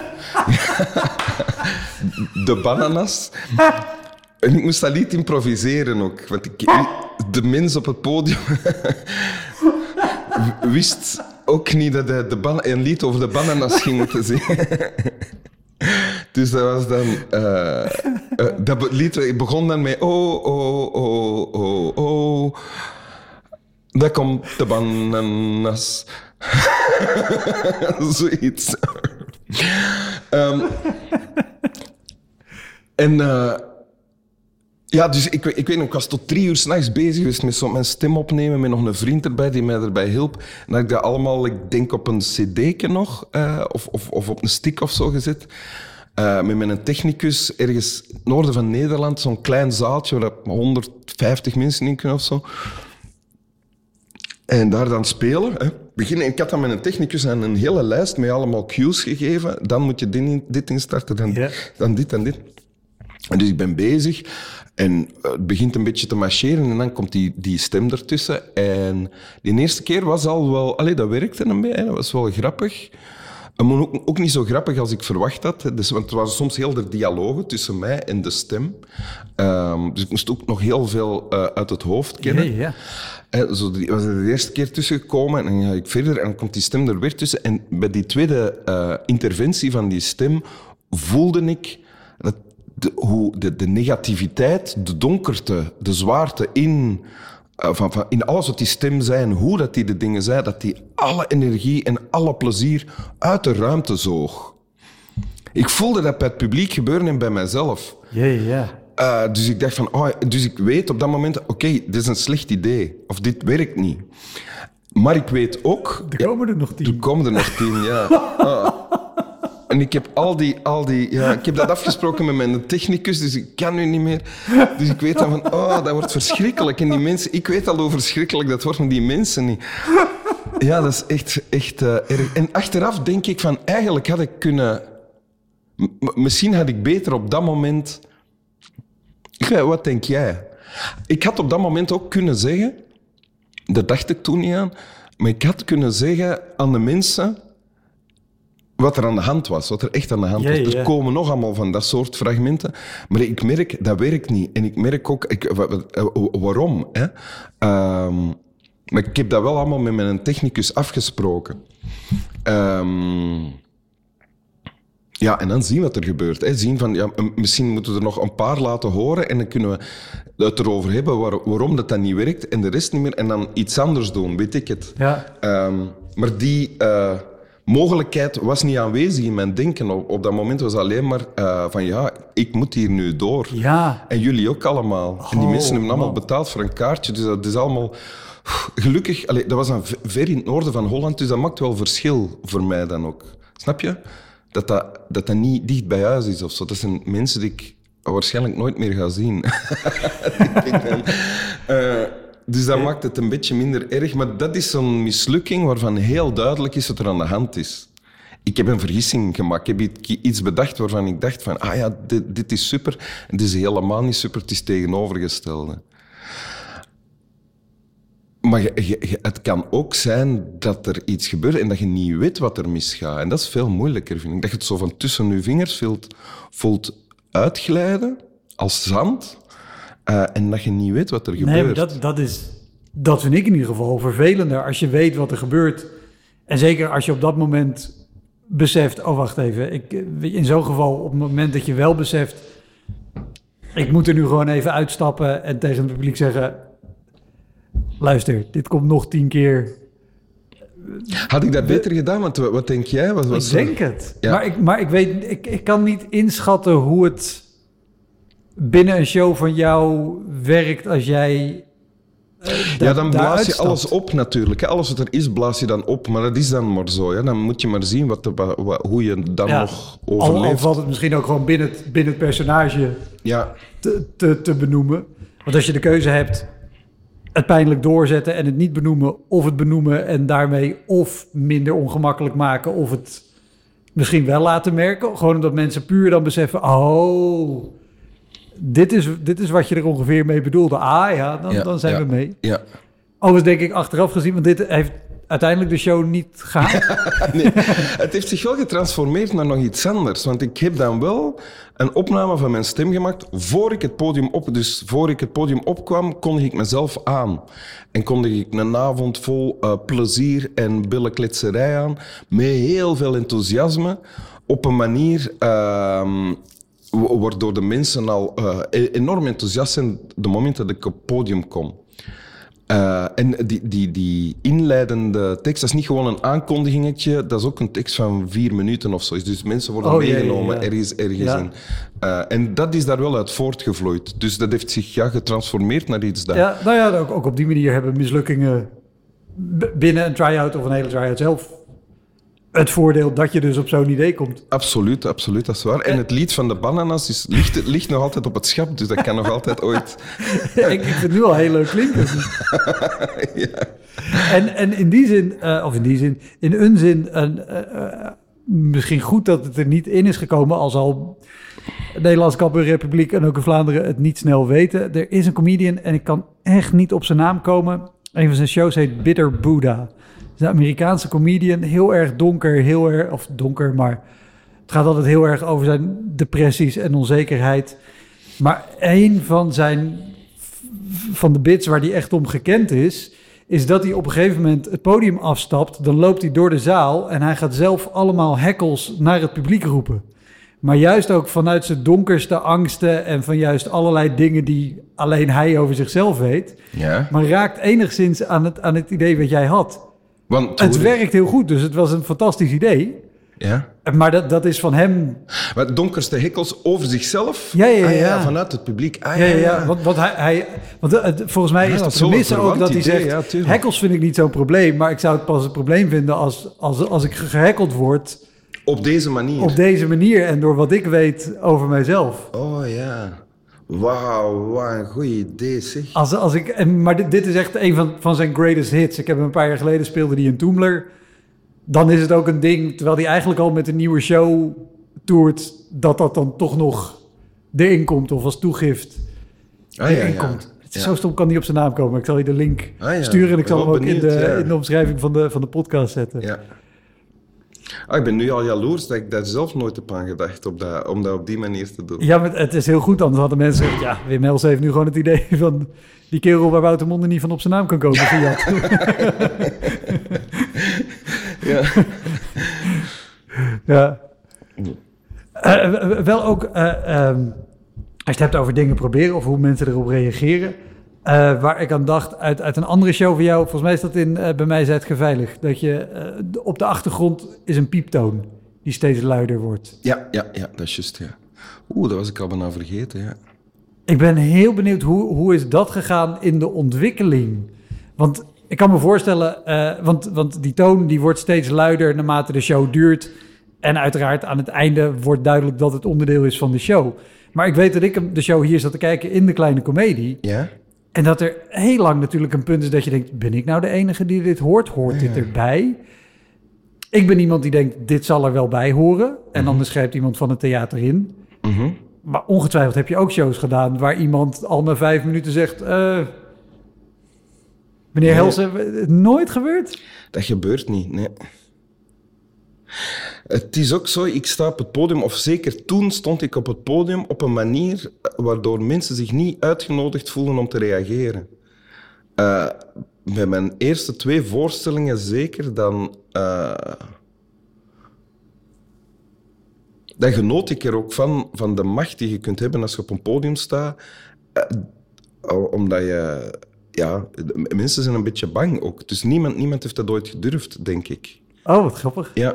de bananas. En ik moest dat lied improviseren ook. Want ik, de mens op het podium wist ook niet dat hij de ban- een lied over de bananas ging moeten zingen. Dus dat was dan... Uh, uh, dat lied begon dan met... Oh, oh, oh, oh, oh. Daar komt de bananas. Zoiets. um, en... Uh, ja, dus ik, ik weet nog, ik was tot drie uur 's nachts bezig geweest met zo mijn stem opnemen, met nog een vriend erbij die mij erbij hielp. En dat ik dat allemaal, ik denk op een cd'tje nog, uh, of, of, of op een stick of zo gezet. Uh, met mijn technicus ergens in het noorden van Nederland, zo'n klein zaaltje waar honderdvijftig mensen in kunnen of zo. En daar dan spelen. Hè. Beginnen. Ik had dan met een technicus aan een hele lijst met allemaal cues gegeven. Dan moet je dit, dit instarten, dan, ja. dan dit en dit. En dus ik ben bezig en het begint een beetje te marcheren en dan komt die, die stem ertussen. En die eerste keer was al wel... Allee, dat werkte een beetje, dat was wel grappig. Maar ook, ook niet zo grappig als ik verwacht had. Dus, want er waren soms heel de dialogen tussen mij en de stem. Um, dus ik moest ook nog heel veel uh, uit het hoofd kennen. Ja, ja. En zo die, was er de eerste keer tussen gekomen en dan ga ik verder en dan komt die stem er weer tussen. En bij die tweede uh, interventie van die stem voelde ik dat de, hoe de, de negativiteit, de donkerte, de zwaarte in... Uh, van, van, in alles wat die stem zei en hoe dat die de dingen zei, dat die alle energie en alle plezier uit de ruimte zoog. Ik voelde dat bij het publiek gebeuren en bij mijzelf. Ja, ja, ja. Uh, dus ik dacht van, oh, dus ik weet op dat moment, oké, okay, dit is een slecht idee. Of dit werkt niet. Maar ik weet ook... Er komen er nog tien. Er komen er nog tien, ja. Ah. En ik heb al die, al die... Ja, ik heb dat afgesproken met mijn technicus, dus ik kan nu niet meer. Dus ik weet dan van, oh, dat wordt verschrikkelijk. En die mensen... Ik weet al hoe verschrikkelijk dat wordt, maar die mensen niet. Ja, dat is echt, echt uh, erg. En achteraf denk ik van, eigenlijk had ik kunnen... M- misschien had ik beter op dat moment... Wat denk jij? Ik had op dat moment ook kunnen zeggen... Dat dacht ik toen niet aan. Maar ik had kunnen zeggen aan de mensen... wat er aan de hand was. Wat er echt aan de hand ja, was. Er ja. komen nog allemaal van dat soort fragmenten. Maar ik merk, dat werkt niet. En ik merk ook... Ik, waarom? Hè? Um, maar ik heb dat wel allemaal met mijn technicus afgesproken. Um, Ja, en dan zien wat er gebeurt. Hè. Zien van, ja, misschien moeten we er nog een paar laten horen en dan kunnen we het erover hebben waar, waarom dat, dat niet werkt en de rest niet meer. En dan iets anders doen, weet ik het. Ja. Um, maar die uh, mogelijkheid was niet aanwezig in mijn denken. Op, op dat moment was alleen maar uh, van ja, ik moet hier nu door. Ja. En jullie ook allemaal. Oh, en die mensen hebben allemaal man. betaald voor een kaartje. Dus dat is allemaal... Gelukkig, allee, dat was dan ver in het noorden van Holland, dus dat maakt wel verschil voor mij dan ook. Snap je? Dat dat, dat dat niet dicht bij huis is of zo. Dat zijn mensen die ik waarschijnlijk nooit meer ga zien. uh, dus dat maakt het een beetje minder erg. Maar dat is zo'n mislukking waarvan heel duidelijk is wat er aan de hand is. Ik heb een vergissing gemaakt. Ik heb iets bedacht waarvan ik dacht van... Ah ja, dit, dit is super. En het is helemaal niet super. Het is tegenovergestelde. Maar je, je, het kan ook zijn dat er iets gebeurt en dat je niet weet wat er misgaat. En dat is veel moeilijker, vind ik. Dat je het zo van tussen je vingers voelt, voelt uitglijden, als zand, uh, en dat je niet weet wat er gebeurt. Nee, maar dat, dat, is, dat vind ik in ieder geval vervelender. Als je weet wat er gebeurt. En zeker als je op dat moment beseft... Oh, wacht even. Ik, in zo'n geval, op het moment dat je wel beseft... Ik moet er nu gewoon even uitstappen en tegen het publiek zeggen... Luister, dit komt nog tien keer. Had ik dat beter gedaan? Want wat denk jij? Wat was ik denk zo... het. Ja. Maar, ik, maar ik weet, ik, ik kan niet inschatten hoe het binnen een show van jou werkt als jij. Uh, da- ja, dan blaas je uitstapt. alles op natuurlijk. Alles wat er is, blaas je dan op. Maar dat is dan maar zo. Ja. Dan moet je maar zien wat de, wat, hoe je dan ja. nog overleeft. Al, al valt het misschien ook gewoon binnen het, binnen het personage ja. te, te, te benoemen. Want als je de keuze hebt... het pijnlijk doorzetten en het niet benoemen... of het benoemen en daarmee of minder ongemakkelijk maken... of het misschien wel laten merken. Gewoon omdat mensen puur dan beseffen... oh, dit is, dit is wat je er ongeveer mee bedoelde. Ah ja, dan, ja, dan zijn ja, we mee. Ja. Overigens denk ik achteraf gezien... want dit heeft uiteindelijk de show niet gehaald. Nee, het heeft zich wel getransformeerd naar nog iets anders. Want ik heb dan wel een opname van mijn stem gemaakt voor ik het podium op... Dus voor ik het podium opkwam, kondig ik mezelf aan. En kondig ik een avond vol uh, plezier en billenkletserij aan. Met heel veel enthousiasme. Op een manier... Uh, waardoor de mensen al uh, enorm enthousiast zijn de moment dat ik op het podium kom. Uh, en die, die, die inleidende tekst, dat is niet gewoon een aankondigingetje, dat is ook een tekst van vier minuten of zo. Dus mensen worden oh, meegenomen ja, ja, ja. ergens, ergens ja. in. Uh, en dat is daar wel uit voortgevloeid. Dus dat heeft zich ja, getransformeerd naar iets dat... Ja, nou ja, ook, ook op die manier hebben mislukkingen b- binnen een try-out of een hele try-out zelf... het voordeel dat je dus op zo'n idee komt. Absoluut, absoluut, dat is waar. En het lied van de bananas is, ligt, ligt nog altijd op het schap, dus dat kan nog altijd ooit... ik, ik vind het nu al heel leuk klinken. ja. En, en in die zin, uh, of in die zin, in een zin... Uh, uh, misschien goed dat het er niet in is gekomen... als al de Nederlandse Cabaret-republiek en ook in Vlaanderen het niet snel weten. Er is een comedian en ik kan echt niet op zijn naam komen. Een van zijn shows heet Bitter Buddha. Een Amerikaanse comedian, heel erg donker, heel erg, of donker, maar het gaat altijd heel erg over zijn depressies en onzekerheid. Maar een van zijn, van de bits waar hij echt om gekend is, is dat hij op een gegeven moment het podium afstapt, dan loopt hij door de zaal en hij gaat zelf allemaal hekkels naar het publiek roepen. Maar juist ook vanuit zijn donkerste angsten en van juist allerlei dingen die alleen hij over zichzelf weet. Ja. Maar raakt enigszins aan het, aan het idee wat jij had. Want het hoe... werkt heel goed, dus het was een fantastisch idee. Ja. Maar dat, dat is van hem... Maar donkerste hekkels over zichzelf? Ja, ja, ja. Ah, ja, ja. vanuit het publiek. Ah, ja, ja, ja. ja. Want, want, hij, hij, want uh, volgens mij Ja, is dat de is wel premisse een ook dat hij verwant zegt... idee, ja, hekkels vind ik niet zo'n probleem, maar ik zou het pas een probleem vinden als, als, als ik gehackeld word... Op deze manier? Op deze manier en door wat ik weet over mijzelf. Oh ja. Wauw, wat een goed idee zeg. Als, als ik, en, maar dit, dit is echt een van, van zijn greatest hits. Ik heb hem een paar jaar geleden speelde die in Toomler. Dan is het ook een ding, terwijl hij eigenlijk al met een nieuwe show toert, dat dat dan toch nog erin komt of als toegift ah, erin ja, ja. komt. Het is ja. Zo stom kan niet op zijn naam komen. Ik zal je de link ah, ja. sturen en ik zal ben hem ook benieuwd, in, de, ja. in de omschrijving van de, van de podcast zetten. Ja. Ah, ik ben nu al jaloers dat ik daar zelf nooit heb aan gedacht om dat, om dat op die manier te doen. Ja, maar het is heel goed. Anders hadden mensen gezegd, ja, Wim Hels heeft nu gewoon het idee van die kerel waar Wouter Monde niet van op zijn naam kan komen. Gejat. Ja. Ja. Uh, wel ook, uh, um, als je het hebt over dingen proberen of hoe mensen erop reageren. Uh, waar ik aan dacht, uit, uit een andere show van jou, volgens mij is dat in uh, Bij mij zijt geveiligd, dat je uh, op de achtergrond is een pieptoon die steeds luider wordt. Ja, ja, ja, dat is juist, ja. Oeh, dat was ik al bijna vergeten, ja. Ik ben heel benieuwd, hoe, hoe is dat gegaan in de ontwikkeling? Want ik kan me voorstellen, uh, want, want die toon die wordt steeds luider naarmate de show duurt. En uiteraard aan het einde wordt duidelijk dat het onderdeel is van de show. Maar ik weet dat ik de show hier zat te kijken in de Kleine Comedie. Ja? En dat er heel lang natuurlijk een punt is dat je denkt, ben ik nou de enige die dit hoort? Hoort dit erbij? Ik ben iemand die denkt, dit zal er wel bij horen. En Mm-hmm. anders schrijft iemand van het theater in. Mm-hmm. Maar ongetwijfeld heb je ook shows gedaan waar iemand al na vijf minuten zegt... Uh, meneer Nee. Helsen, het nooit gebeurd? Dat gebeurt niet, nee. Het is ook zo, ik sta op het podium, of zeker toen stond ik op het podium op een manier waardoor mensen zich niet uitgenodigd voelen om te reageren. Uh, bij mijn eerste twee voorstellingen zeker, dan, uh, dan genoot ik er ook van, van de macht die je kunt hebben als je op een podium staat. Uh, omdat je... Ja, de mensen zijn een beetje bang ook. Dus niemand, niemand heeft dat ooit gedurfd, denk ik. Oh, wat grappig. Ja.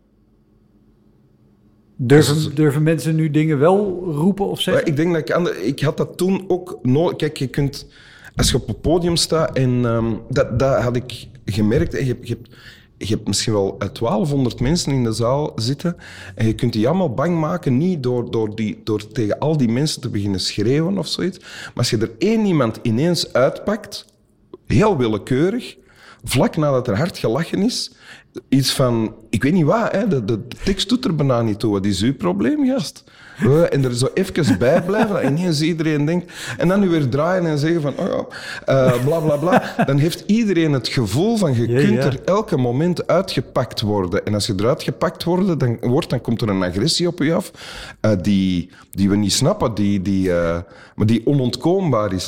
Durven, durven mensen nu dingen wel roepen of zeggen? Maar ik denk dat ik... Ander, ik had dat toen ook nodig. Kijk, je kunt... Als je op het podium staat en... Um, dat, dat had ik gemerkt. Je hebt, je hebt, je hebt misschien wel twaalfhonderd mensen in de zaal zitten en je kunt die allemaal bang maken, niet door, door, die, door tegen al die mensen te beginnen schreeuwen of zoiets. Maar als je er één iemand ineens uitpakt, heel willekeurig, vlak nadat er hard gelachen is, iets van, ik weet niet wat, hè, de, de tekst doet er bijna niet toe. Wat is uw probleem, gast? Uh, en er zo even bij blijven, dat ineens iedereen denkt... En dan nu weer draaien en zeggen van... Oh ja, uh, bla, bla, bla. Dan heeft iedereen het gevoel van... Je ja, kunt ja. er elke moment uitgepakt worden. En als je eruit gepakt wordt, dan, wordt, dan komt er een agressie op je af... Uh, die, die we niet snappen, die, die, uh, maar die onontkoombaar is.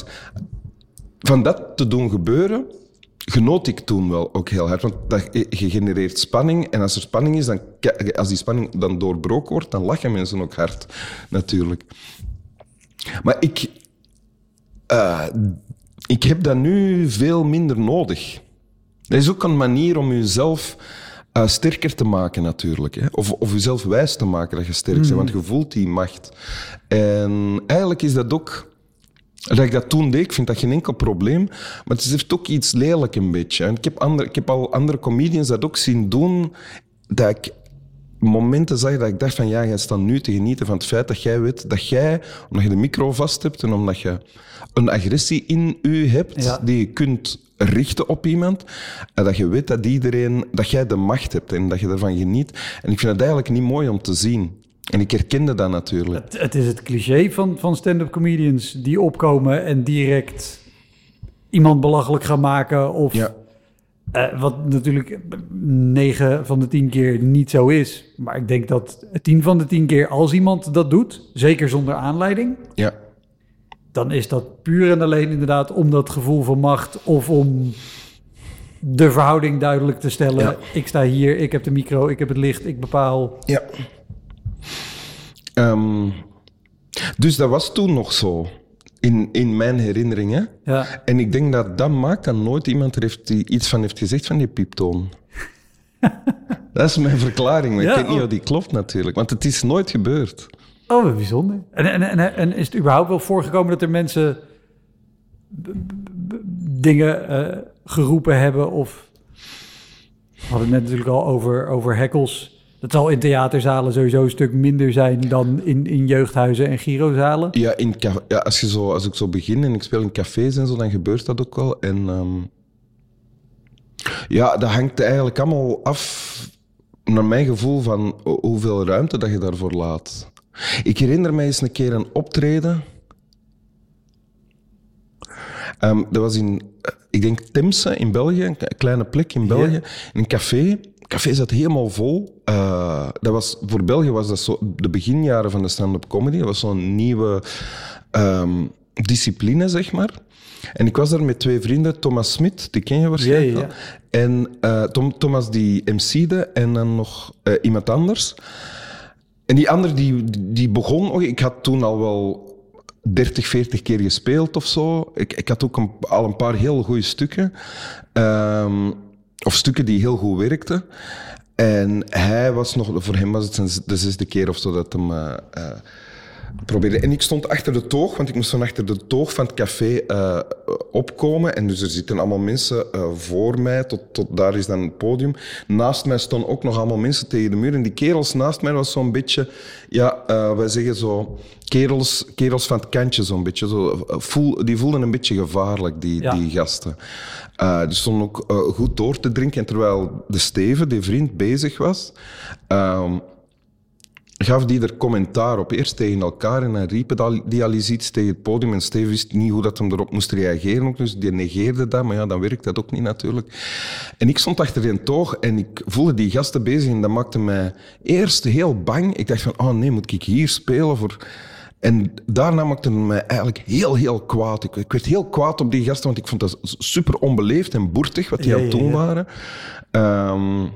Van dat te doen gebeuren... genoot ik toen wel ook heel hard. Want dat genereert spanning. En als er spanning is, dan, als die spanning dan doorbroken wordt, dan lachen mensen ook hard, natuurlijk. Maar ik, uh, ik heb dat nu veel minder nodig. Dat is ook een manier om jezelf uh, sterker te maken, natuurlijk. Hè? Of, of jezelf wijs te maken dat je sterk bent, mm. want je voelt die macht. En eigenlijk is dat ook... Dat ik dat toen deed, ik vind dat geen enkel probleem. Maar het heeft ook iets lelijk een beetje. En ik heb, andere, ik heb al andere comedians dat ook zien doen, dat ik momenten zag dat ik dacht van ja, jij staat nu te genieten van het feit dat jij weet dat jij, omdat je de micro vast hebt en omdat je een agressie in u hebt, ja. die je kunt richten op iemand, en dat je weet dat iedereen, dat jij de macht hebt en dat je ervan geniet. En ik vind het eigenlijk niet mooi om te zien. En ik herkende dat natuurlijk. Het, het is het cliché van, van stand-up comedians die opkomen en direct iemand belachelijk gaan maken. Of, ja. uh, wat natuurlijk negen van de tien keer niet zo is. Maar ik denk dat tien van de tien keer als iemand dat doet, zeker zonder aanleiding, ja. dan is dat puur en alleen inderdaad om dat gevoel van macht of om de verhouding duidelijk te stellen. Ja. Ik sta hier, ik heb de micro, ik heb het licht, ik bepaal... Ja. Um, dus dat was toen nog zo, in, in mijn herinneringen. Ja. En ik denk dat dat maakt dat nooit iemand er heeft die iets van heeft gezegd van die pieptoon. Dat is mijn verklaring, maar Ja, ik weet niet oh. of die klopt natuurlijk. Want het is nooit gebeurd. Oh, wat bijzonder. En, en, en, en is het überhaupt wel voorgekomen dat er mensen b- b- b- dingen uh, geroepen hebben? Of we hadden het net natuurlijk al over, over hekkels. Dat zal in theaterzalen sowieso een stuk minder zijn dan in, in jeugdhuizen en gyrozalen. Ja, in, ja als, je zo, als ik zo begin en ik speel in cafés en zo, dan gebeurt dat ook wel. En um, ja, dat hangt eigenlijk allemaal af, naar mijn gevoel, van hoeveel ruimte dat je daarvoor laat. Ik herinner mij eens een keer een optreden. Um, dat was in, ik denk, Temse in België, een kleine plek in België, yeah. in een café. Het café zat helemaal vol. Uh, dat was, voor België was dat zo de beginjaren van de stand-up comedy. Dat was zo'n nieuwe um, discipline, zeg maar. En ik was daar met twee vrienden, Thomas Smit, die ken je waarschijnlijk wel. Yeah, yeah. En uh, Tom, Thomas die M C'de en dan nog uh, iemand anders. En die ander die, die begon... Oh, ik had toen al wel dertig, veertig keer gespeeld of zo. Ik, ik had ook een, al een paar heel goede stukken. Um, of stukken die heel goed werkten. En hij was nog... Voor hem was het zijn, de zesde keer of zo dat hem... Uh, uh, probeerde. En ik stond achter de toog, want ik moest van achter de toog van het café uh, opkomen. En dus er zitten allemaal mensen uh, voor mij, tot, tot daar is dan het podium. Naast mij stonden ook nog allemaal mensen tegen de muur. En die kerels naast mij was zo'n beetje, ja, uh, wij zeggen zo, kerels, kerels van het kantje zo'n beetje. Zo, voel, die voelden een beetje gevaarlijk, die, ja. die gasten. Uh, die stonden ook uh, goed door te drinken. En terwijl de Steven, die vriend, bezig was... Uh, gaf die er commentaar op, eerst tegen elkaar en dan riepen die al eens iets tegen het podium en Steve wist niet hoe dat hem erop moest reageren, ook, dus die negeerde dat, maar ja, dan werkt dat ook niet natuurlijk. En ik stond achter een toog en ik voelde die gasten bezig en dat maakte mij eerst heel bang. Ik dacht van, oh nee, moet ik hier spelen voor... En daarna maakte het mij eigenlijk heel, heel kwaad. Ik, ik werd heel kwaad op die gasten, want ik vond dat super onbeleefd en boertig wat die ja, aan het doen ja, ja. waren. Um,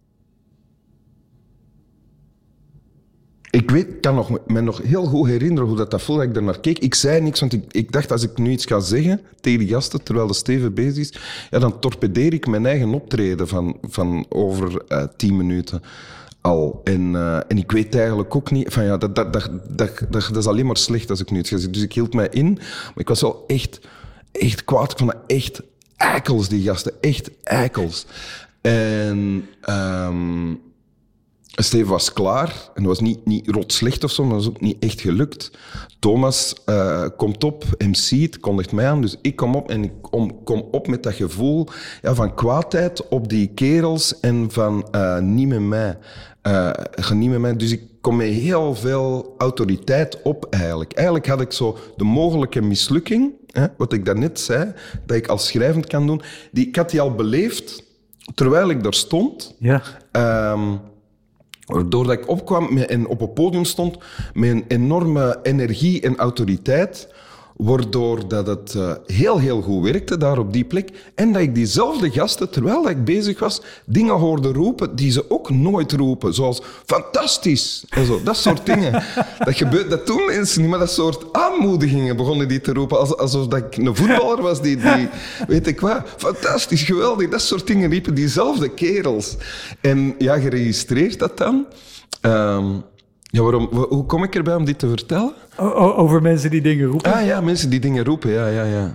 Ik weet, kan nog, me nog heel goed herinneren hoe dat, dat voelde dat ik er naar keek. Ik zei niks, want ik, ik dacht, als ik nu iets ga zeggen tegen die gasten, terwijl de Steven bezig is, ja, dan torpedeer ik mijn eigen optreden van, van over uh, tien minuten al. En, uh, en ik weet eigenlijk ook niet... Van, ja, dat, dat, dat, dat, dat, dat is alleen maar slecht als ik nu iets ga zeggen. Dus ik hield mij in, maar ik was wel echt, echt kwaad. Ik vond dat echt eikels, die gasten. Echt eikels. En... Um, Steven was klaar en dat was niet, niet rot slecht of zo, maar dat was ook niet echt gelukt. Thomas uh, komt op, M C't, kondigt mij aan, dus ik kom op en ik kom, kom op met dat gevoel ja, van kwaadheid op die kerels en van uh, niet met mij. Uh, niet met mij. Dus ik kom met heel veel autoriteit op eigenlijk. Eigenlijk had ik zo de mogelijke mislukking, hè, wat ik daarnet zei, dat ik als schrijvend kan doen, die, ik had die al beleefd terwijl ik daar stond. Ja. Um, Doordat ik opkwam en op het podium stond met een enorme energie en autoriteit, waardoor dat het uh, heel, heel goed werkte daar op die plek. En dat ik diezelfde gasten, terwijl dat ik bezig was, dingen hoorde roepen die ze ook nooit roepen. Zoals fantastisch en zo, dat soort dingen. Dat gebeurt, dat doen mensen niet, maar dat soort aanmoedigingen begonnen die te roepen. Alsof dat ik een voetballer was die, die weet ik wat, fantastisch, geweldig, dat soort dingen riepen diezelfde kerels. En ja, geregistreerd dat dan. Um, Ja, waarom, hoe kom ik erbij om dit te vertellen? O- over mensen die dingen roepen? Ah ja, mensen die dingen roepen, ja, ja, ja.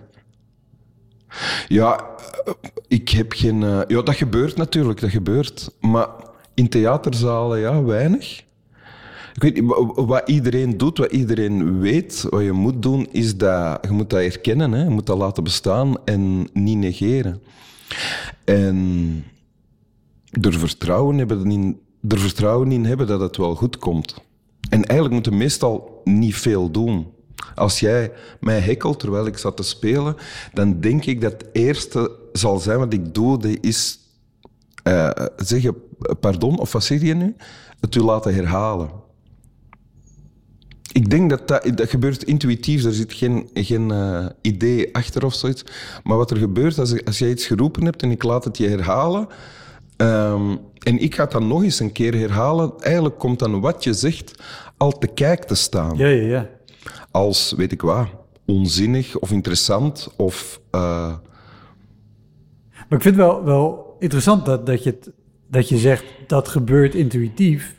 Ja, ik heb geen... Uh, ja, dat gebeurt natuurlijk, dat gebeurt. Maar in theaterzalen, ja, weinig. Ik weet niet, wat iedereen doet, wat iedereen weet, wat je moet doen, is dat... Je moet dat erkennen, hè. Je moet dat laten bestaan en niet negeren. En er vertrouwen hebben in... er vertrouwen in hebben dat het wel goed komt. En eigenlijk moet je meestal niet veel doen. Als jij mij hekkelt terwijl ik zat te spelen, dan denk ik dat het eerste zal zijn wat ik doe, dat is uh, zeggen pardon, of wat zeg je nu? Het u laten herhalen. Ik denk dat dat, dat gebeurt intuïtief, er zit geen, geen uh, idee achter of zoiets. Maar wat er gebeurt, als, als jij iets geroepen hebt en ik laat het je herhalen... Um, en ik ga het dan nog eens een keer herhalen. Eigenlijk komt dan wat je zegt al te kijk te staan. Ja, ja, ja. Als, weet ik wat, onzinnig of interessant of... Uh... Maar ik vind het wel, wel interessant dat, dat je het dat je zegt dat gebeurt intuïtief.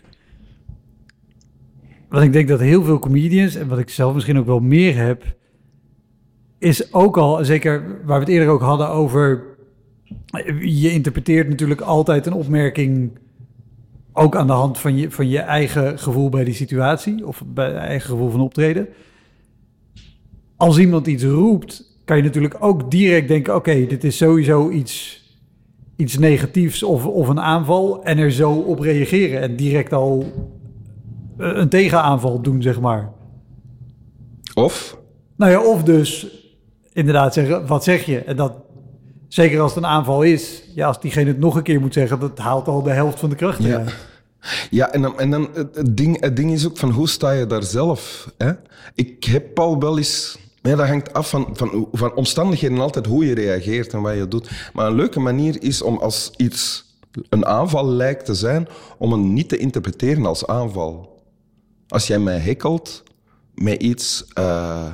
Want ik denk dat heel veel comedians, en wat ik zelf misschien ook wel meer heb, is ook al, zeker waar we het eerder ook hadden over, je interpreteert natuurlijk altijd een opmerking ook aan de hand van je, van je eigen gevoel bij die situatie of bij je eigen gevoel van optreden. Als iemand iets roept, kan je natuurlijk ook direct denken, oké, okay, dit is sowieso iets, iets negatiefs of, of een aanval en er zo op reageren en direct al een tegenaanval doen, zeg maar. Of? Nou ja, of dus inderdaad zeggen, wat zeg je? En dat, zeker als het een aanval is, ja, als diegene het nog een keer moet zeggen, dat haalt al de helft van de kracht ja. eruit. Ja, en dan, en dan het, ding, het ding is ook van, hoe sta je daar zelf? Hè? Ik heb al wel eens... Ja, dat hangt af van, van, van omstandigheden altijd hoe je reageert en wat je doet. Maar een leuke manier is om als iets een aanval lijkt te zijn, om het niet te interpreteren als aanval. Als jij mij hekkelt met iets uh,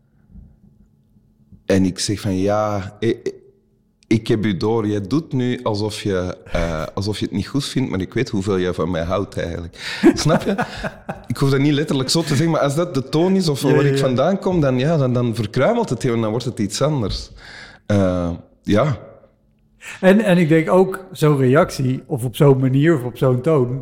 en ik zeg van ja, ik, ik heb u door. Jij doet nu alsof je, uh, alsof je het niet goed vindt, maar ik weet hoeveel jij van mij houdt eigenlijk. Snap je? Ik hoef dat niet letterlijk zo te zeggen, maar als dat de toon is of ja, waar ja, ik ja. vandaan kom, dan, ja, dan, dan verkruimelt het heel en dan wordt het iets anders. Uh, ja. En, en ik denk ook zo'n reactie, of op zo'n manier of op zo'n toon,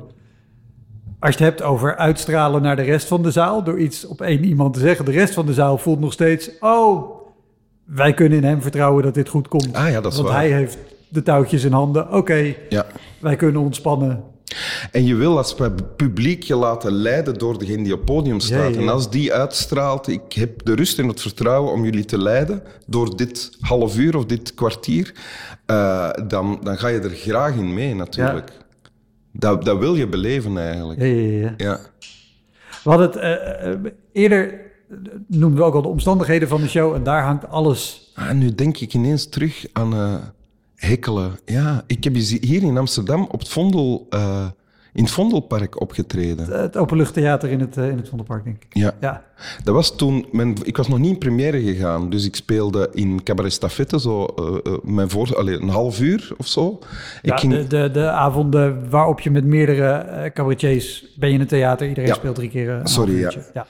als je het hebt over uitstralen naar de rest van de zaal, door iets op één iemand te zeggen, de rest van de zaal voelt nog steeds, oh, wij kunnen in hem vertrouwen dat dit goed komt. Ah ja, dat is Want waar. hij heeft de touwtjes in handen. Oké, okay, ja. wij kunnen ontspannen. En je wil als publiek je laten leiden door degene die op het podium staat. Ja, ja, ja. En als die uitstraalt, ik heb de rust en het vertrouwen om jullie te leiden door dit half uur of dit kwartier, uh, dan, dan ga je er graag in mee natuurlijk. Ja. Dat, dat wil je beleven eigenlijk. Ja, ja, ja. ja. We hadden het uh, uh, eerder, noemden we ook al de omstandigheden van de show en daar hangt alles. Ah, nu denk ik ineens terug aan uh, hekkelen. Ja, ik heb hier in Amsterdam op het Vondel, uh, in het Vondelpark opgetreden. Het, het openluchttheater in het, uh, in het Vondelpark, denk ik. Ja. ja. Dat was toen, mijn, ik was nog niet in première gegaan, dus ik speelde in Cabaret Stafette, zo, uh, uh, mijn voor, allez, een half uur of zo. Ja, ik ging... de, de, de avonden waarop je met meerdere uh, cabaretiers ben je in het theater, iedereen ja. speelt drie keer een Sorry, ja. ja.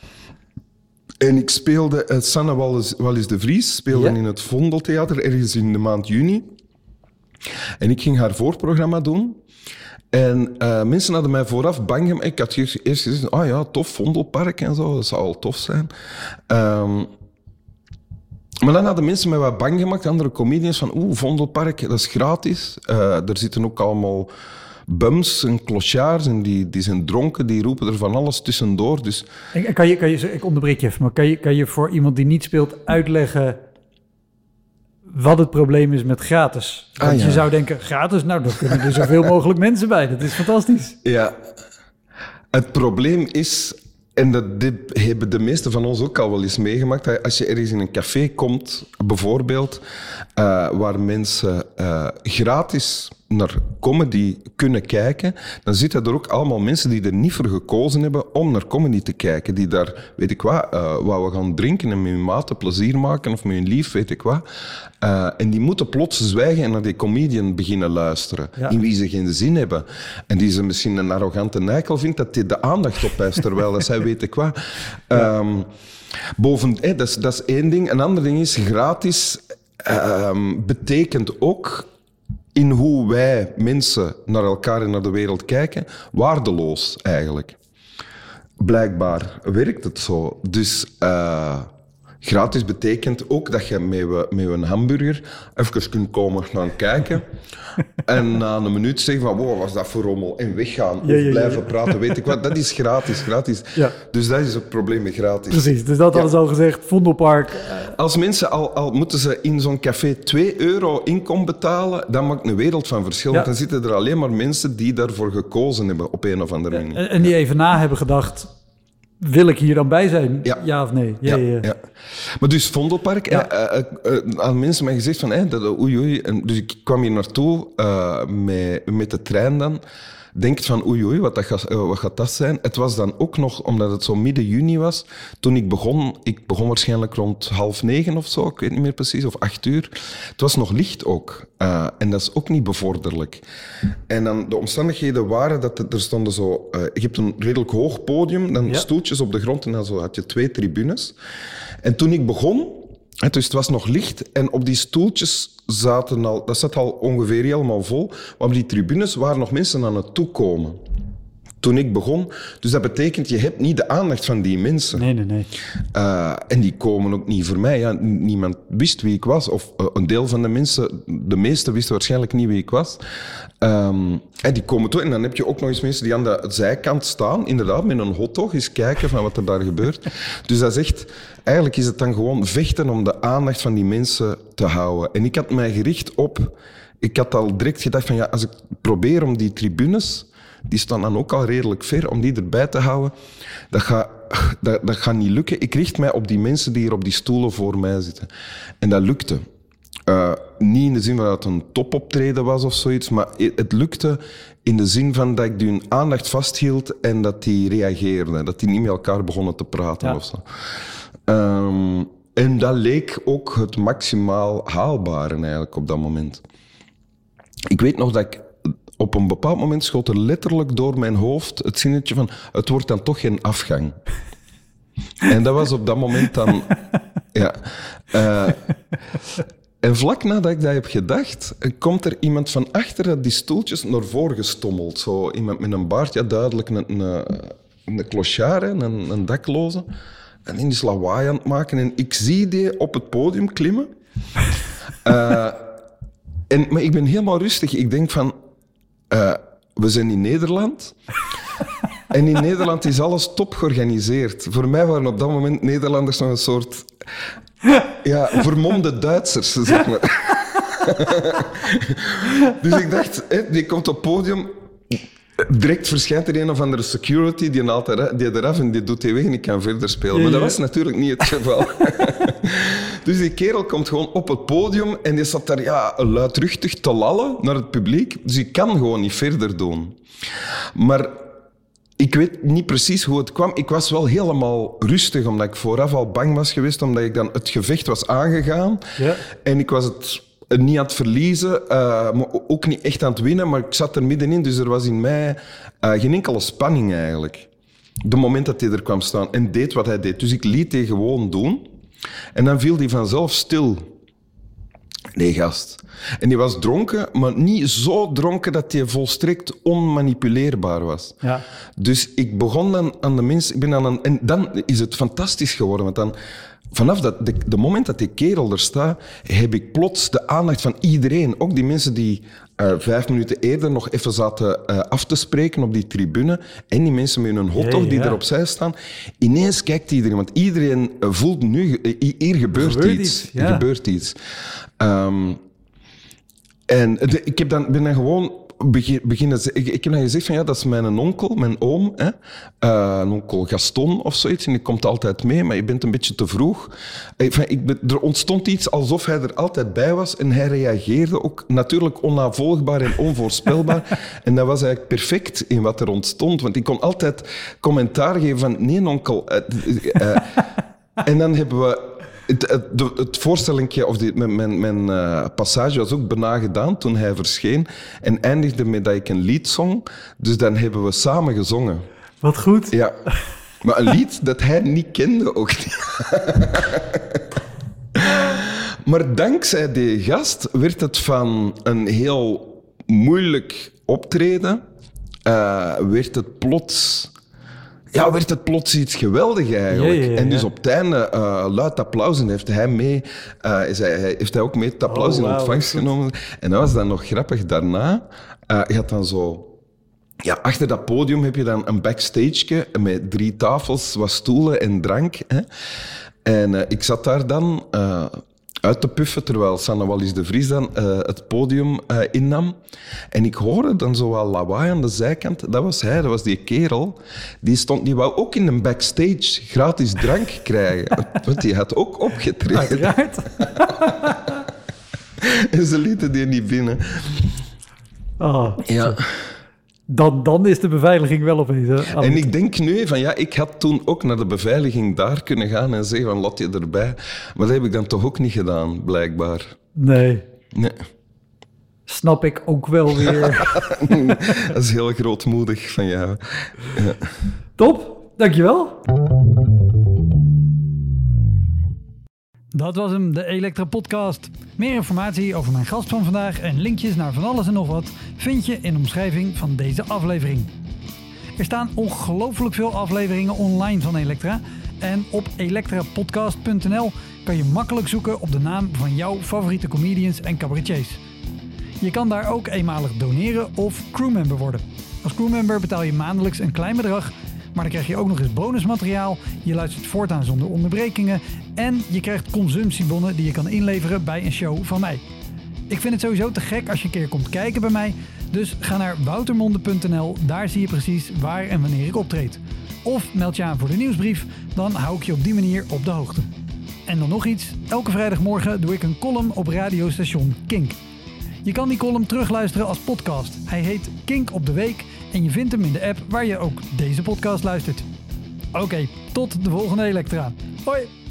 En ik speelde, uh, Sanne Wallis, Wallis de Vries speelde ja. in het Vondeltheater ergens in de maand juni. En ik ging haar voorprogramma doen. En uh, mensen hadden mij vooraf bang gemaakt. Ik had eerst gezegd, ah oh ja, tof, Vondelpark en zo, dat zou al tof zijn. Um, maar dan hadden mensen mij wat bang gemaakt, andere comedians, van oeh, Vondelpark, dat is gratis. Uh, er zitten ook allemaal bums en clochards en die, die zijn dronken, die roepen er van alles tussendoor. Dus... Kan je, kan je, ik onderbreek je even, maar kan je, kan je voor iemand die niet speelt uitleggen wat het probleem is met gratis? Want ah, ja. je zou denken, gratis? Nou, dan kunnen er zoveel mogelijk mensen bij. Dat is fantastisch. Ja. Het probleem is, en dat dit hebben de meesten van ons ook al wel eens meegemaakt, als je ergens in een café komt, bijvoorbeeld, uh, waar mensen uh, gratis naar comedy kunnen kijken, dan zitten er ook allemaal mensen die er niet voor gekozen hebben om naar comedy te kijken. Die daar, weet ik wat, uh, waar we gaan drinken en met hun maten plezier maken of met hun lief, weet ik wat. Uh, en die moeten plots zwijgen en naar die comedian beginnen luisteren, ja. in wie ze geen zin hebben. En die ze misschien een arrogante neikel vindt, dat hij de aandacht opeist, terwijl dat zij weet ik wat. Ja. Um, boven, eh, dat, is, dat is één ding. Een ander ding is, gratis um, betekent ook, in hoe wij mensen naar elkaar en naar de wereld kijken, waardeloos eigenlijk. Blijkbaar werkt het zo. Dus uh, gratis betekent ook dat je met, met een hamburger even kunt komen gaan kijken en na een minuut zeggen van wow, wat was dat voor rommel? En weggaan of ja, ja, blijven ja. praten, weet ik wat. Dat is gratis, gratis. Ja. Dus dat is het probleem met gratis. Precies, dus dat hadden ze ja. al gezegd, Vondelpark. Als mensen al, al moeten ze in zo'n café twee euro inkom betalen, dan maakt een wereld van verschil. Ja. Want dan zitten er alleen maar mensen die daarvoor gekozen hebben op een of andere manier. En, en die even na hebben gedacht, wil ik hier dan bij zijn? Ja, ja of nee? Ja, ja, ja. ja. Maar dus Vondelpark, ja. eh, eh, eh, aan mensen mij gezegd van, eh, dat, oei oei. En dus ik kwam hier naartoe uh, met, met de trein dan. denkt van oei oei, wat, dat gaat, uh, wat gaat dat zijn? Het was dan ook nog, omdat het zo midden juni was, toen ik begon, ik begon waarschijnlijk rond half negen of zo, ik weet niet meer precies, of acht uur. Het was nog licht ook. Uh, en dat is ook niet bevorderlijk. En dan de omstandigheden waren dat er stonden zo... Uh, je hebt een redelijk hoog podium, dan ja. stoeltjes op de grond en dan zo had je twee tribunes. En toen ik begon, dus het was nog licht en op die stoeltjes zaten al... Dat zat al ongeveer helemaal vol. Maar op die tribunes waren nog mensen aan het toekomen. Toen ik begon. Dus dat betekent, je hebt niet de aandacht van die mensen. Nee, nee, nee. Uh, en die komen ook niet voor mij. Ja, niemand wist wie ik was. Of uh, een deel van de mensen, de meesten wisten waarschijnlijk niet wie ik was. Um, en die komen toe. En dan heb je ook nog eens mensen die aan de zijkant staan. Inderdaad, met een hotdog. Eens kijken van wat er daar gebeurt. Dus dat is echt... Eigenlijk is het dan gewoon vechten om de aandacht van die mensen te houden. En ik had mij gericht op... Ik had al direct gedacht van ja, als ik probeer om die tribunes... Die staan dan ook al redelijk ver, om die erbij te houden. Dat gaat, dat, dat gaat niet lukken. Ik richt mij op die mensen die hier op die stoelen voor mij zitten. En dat lukte. Uh, niet in de zin van dat het een topoptreden was of zoiets, maar het lukte in de zin van dat ik hun aandacht vasthield en dat die reageerden. Dat die niet met elkaar begonnen te praten ja. of zo. Um, en dat leek ook het maximaal haalbare eigenlijk op dat moment. Ik weet nog dat ik op een bepaald moment schoot er letterlijk door mijn hoofd het zinnetje van het wordt dan toch geen afgang. En dat was op dat moment dan... Ja. Uh, en vlak nadat ik dat heb gedacht, komt er iemand van achter dat die stoeltjes naar voren gestommeld. Zo iemand met een baard, ja duidelijk een, een, een clochard, een, een dakloze. En die is lawaai aan het maken. En ik zie die op het podium klimmen. Uh, en, maar ik ben helemaal rustig. Ik denk van... Uh, we zijn in Nederland. En in Nederland is alles top georganiseerd. Voor mij waren op dat moment Nederlanders nog een soort... Ja, vermomde Duitsers, zeg maar. Dus ik dacht, hè, die komt op het podium... Direct verschijnt er een of andere security die altijd die eraf en die doet die weg en ik kan verder spelen. Maar dat was natuurlijk niet het geval. Dus die kerel komt gewoon op het podium en die zat daar ja, luidruchtig te lallen naar het publiek. Dus ik kan gewoon niet verder doen. Maar ik weet niet precies hoe het kwam. Ik was wel helemaal rustig, omdat ik vooraf al bang was geweest, omdat ik dan het gevecht was aangegaan. Ja. En ik was het... niet aan het verliezen, uh, maar ook niet echt aan het winnen, maar ik zat er middenin, dus er was in mij uh, geen enkele spanning eigenlijk. De moment dat hij er kwam staan en deed wat hij deed. Dus ik liet hij gewoon doen en dan viel hij vanzelf stil. Nee, gast. En die was dronken, maar niet zo dronken dat hij volstrekt onmanipuleerbaar was. Ja. Dus ik begon dan aan de mensen... Ik ben aan een, en dan is het fantastisch geworden, want dan... Vanaf dat, de, de moment dat die kerel er staat, heb ik plots de aandacht van iedereen. Ook die mensen die uh, vijf minuten eerder nog even zaten uh, af te spreken op die tribune. En die mensen met hun hotdog ja, ja. die er opzij staan. Ineens kijkt iedereen, want iedereen voelt nu... Hier gebeurt, gebeurt iets. iets. Ja. Er gebeurt iets. Um, en de, ik heb dan, ben dan gewoon... beginnen... Ik, ik heb dan gezegd van ja, dat is mijn onkel, mijn oom, hè? Uh, een onkel Gaston of zoiets. En die komt altijd mee, maar je bent een beetje te vroeg. Enfin, ik, er ontstond iets alsof hij er altijd bij was en hij reageerde ook natuurlijk onnavolgbaar en onvoorspelbaar. En dat was eigenlijk perfect in wat er ontstond, want ik kon altijd commentaar geven van nee, onkel. Uh, uh, en dan hebben we... Het, het, het voorstellingje, of die, mijn, mijn, mijn uh, passage was ook bijna gedaan toen hij verscheen en eindigde met dat ik een lied zong. Dus dan hebben we samen gezongen. Wat goed. Ja. Maar een lied dat hij niet kende ook niet. Maar dankzij die gast werd het van een heel moeilijk optreden, uh, werd het plots... Ja, werd het plots iets geweldigs eigenlijk. Ja, ja, ja. En dus op het einde uh, luid applaus en heeft hij mee, uh, is hij, heeft hij ook mee het applaus oh, in ontvangst wow, genomen. En dat was dan nog grappig. Daarna, uh, je had dan zo... Ja, achter dat podium heb je dan een backstage met drie tafels, wat stoelen en drank. Hè. En uh, ik zat daar dan... Uh, uit te puffen, terwijl Sanne Wallis de Vries dan uh, het podium uh, innam. En ik hoorde dan zo wel lawaai aan de zijkant. Dat was hij, dat was die kerel. Die, stond, die wou ook in een backstage gratis drank krijgen. Want die had ook opgetreden. Uiteraard. En ze lieten die niet binnen. Oh, ja. Dan, dan is de beveiliging wel opeens. Hè? En ik denk nu van ja, ik had toen ook naar de beveiliging daar kunnen gaan en zeggen van laat je erbij. Maar dat heb ik dan toch ook niet gedaan, blijkbaar. Nee. Nee. Snap ik ook wel weer. Dat is heel grootmoedig van jou. Ja. Top, dankjewel. Dat was hem, de Elektra Podcast. Meer informatie over mijn gast van vandaag en linkjes naar van alles en nog wat vind je in de omschrijving van deze aflevering. Er staan ongelooflijk veel afleveringen online van Elektra en op elektrapodcast punt n l kan je makkelijk zoeken op de naam van jouw favoriete comedians en cabaretiers. Je kan daar ook eenmalig doneren of crewmember worden. Als crewmember betaal je maandelijks een klein bedrag, maar dan krijg je ook nog eens bonusmateriaal, je luistert voortaan zonder onderbrekingen en je krijgt consumptiebonnen die je kan inleveren bij een show van mij. Ik vind het sowieso te gek als je een keer komt kijken bij mij, dus ga naar woutermonde punt n l, daar zie je precies waar en wanneer ik optreed. Of meld je aan voor de nieuwsbrief, dan hou ik je op die manier op de hoogte. En dan nog iets, elke vrijdagmorgen doe ik een column op radiostation Kink. Je kan die column terugluisteren als podcast. Hij heet Kink op de Week en je vindt hem in de app waar je ook deze podcast luistert. Oké, tot de volgende Elektra. Hoi!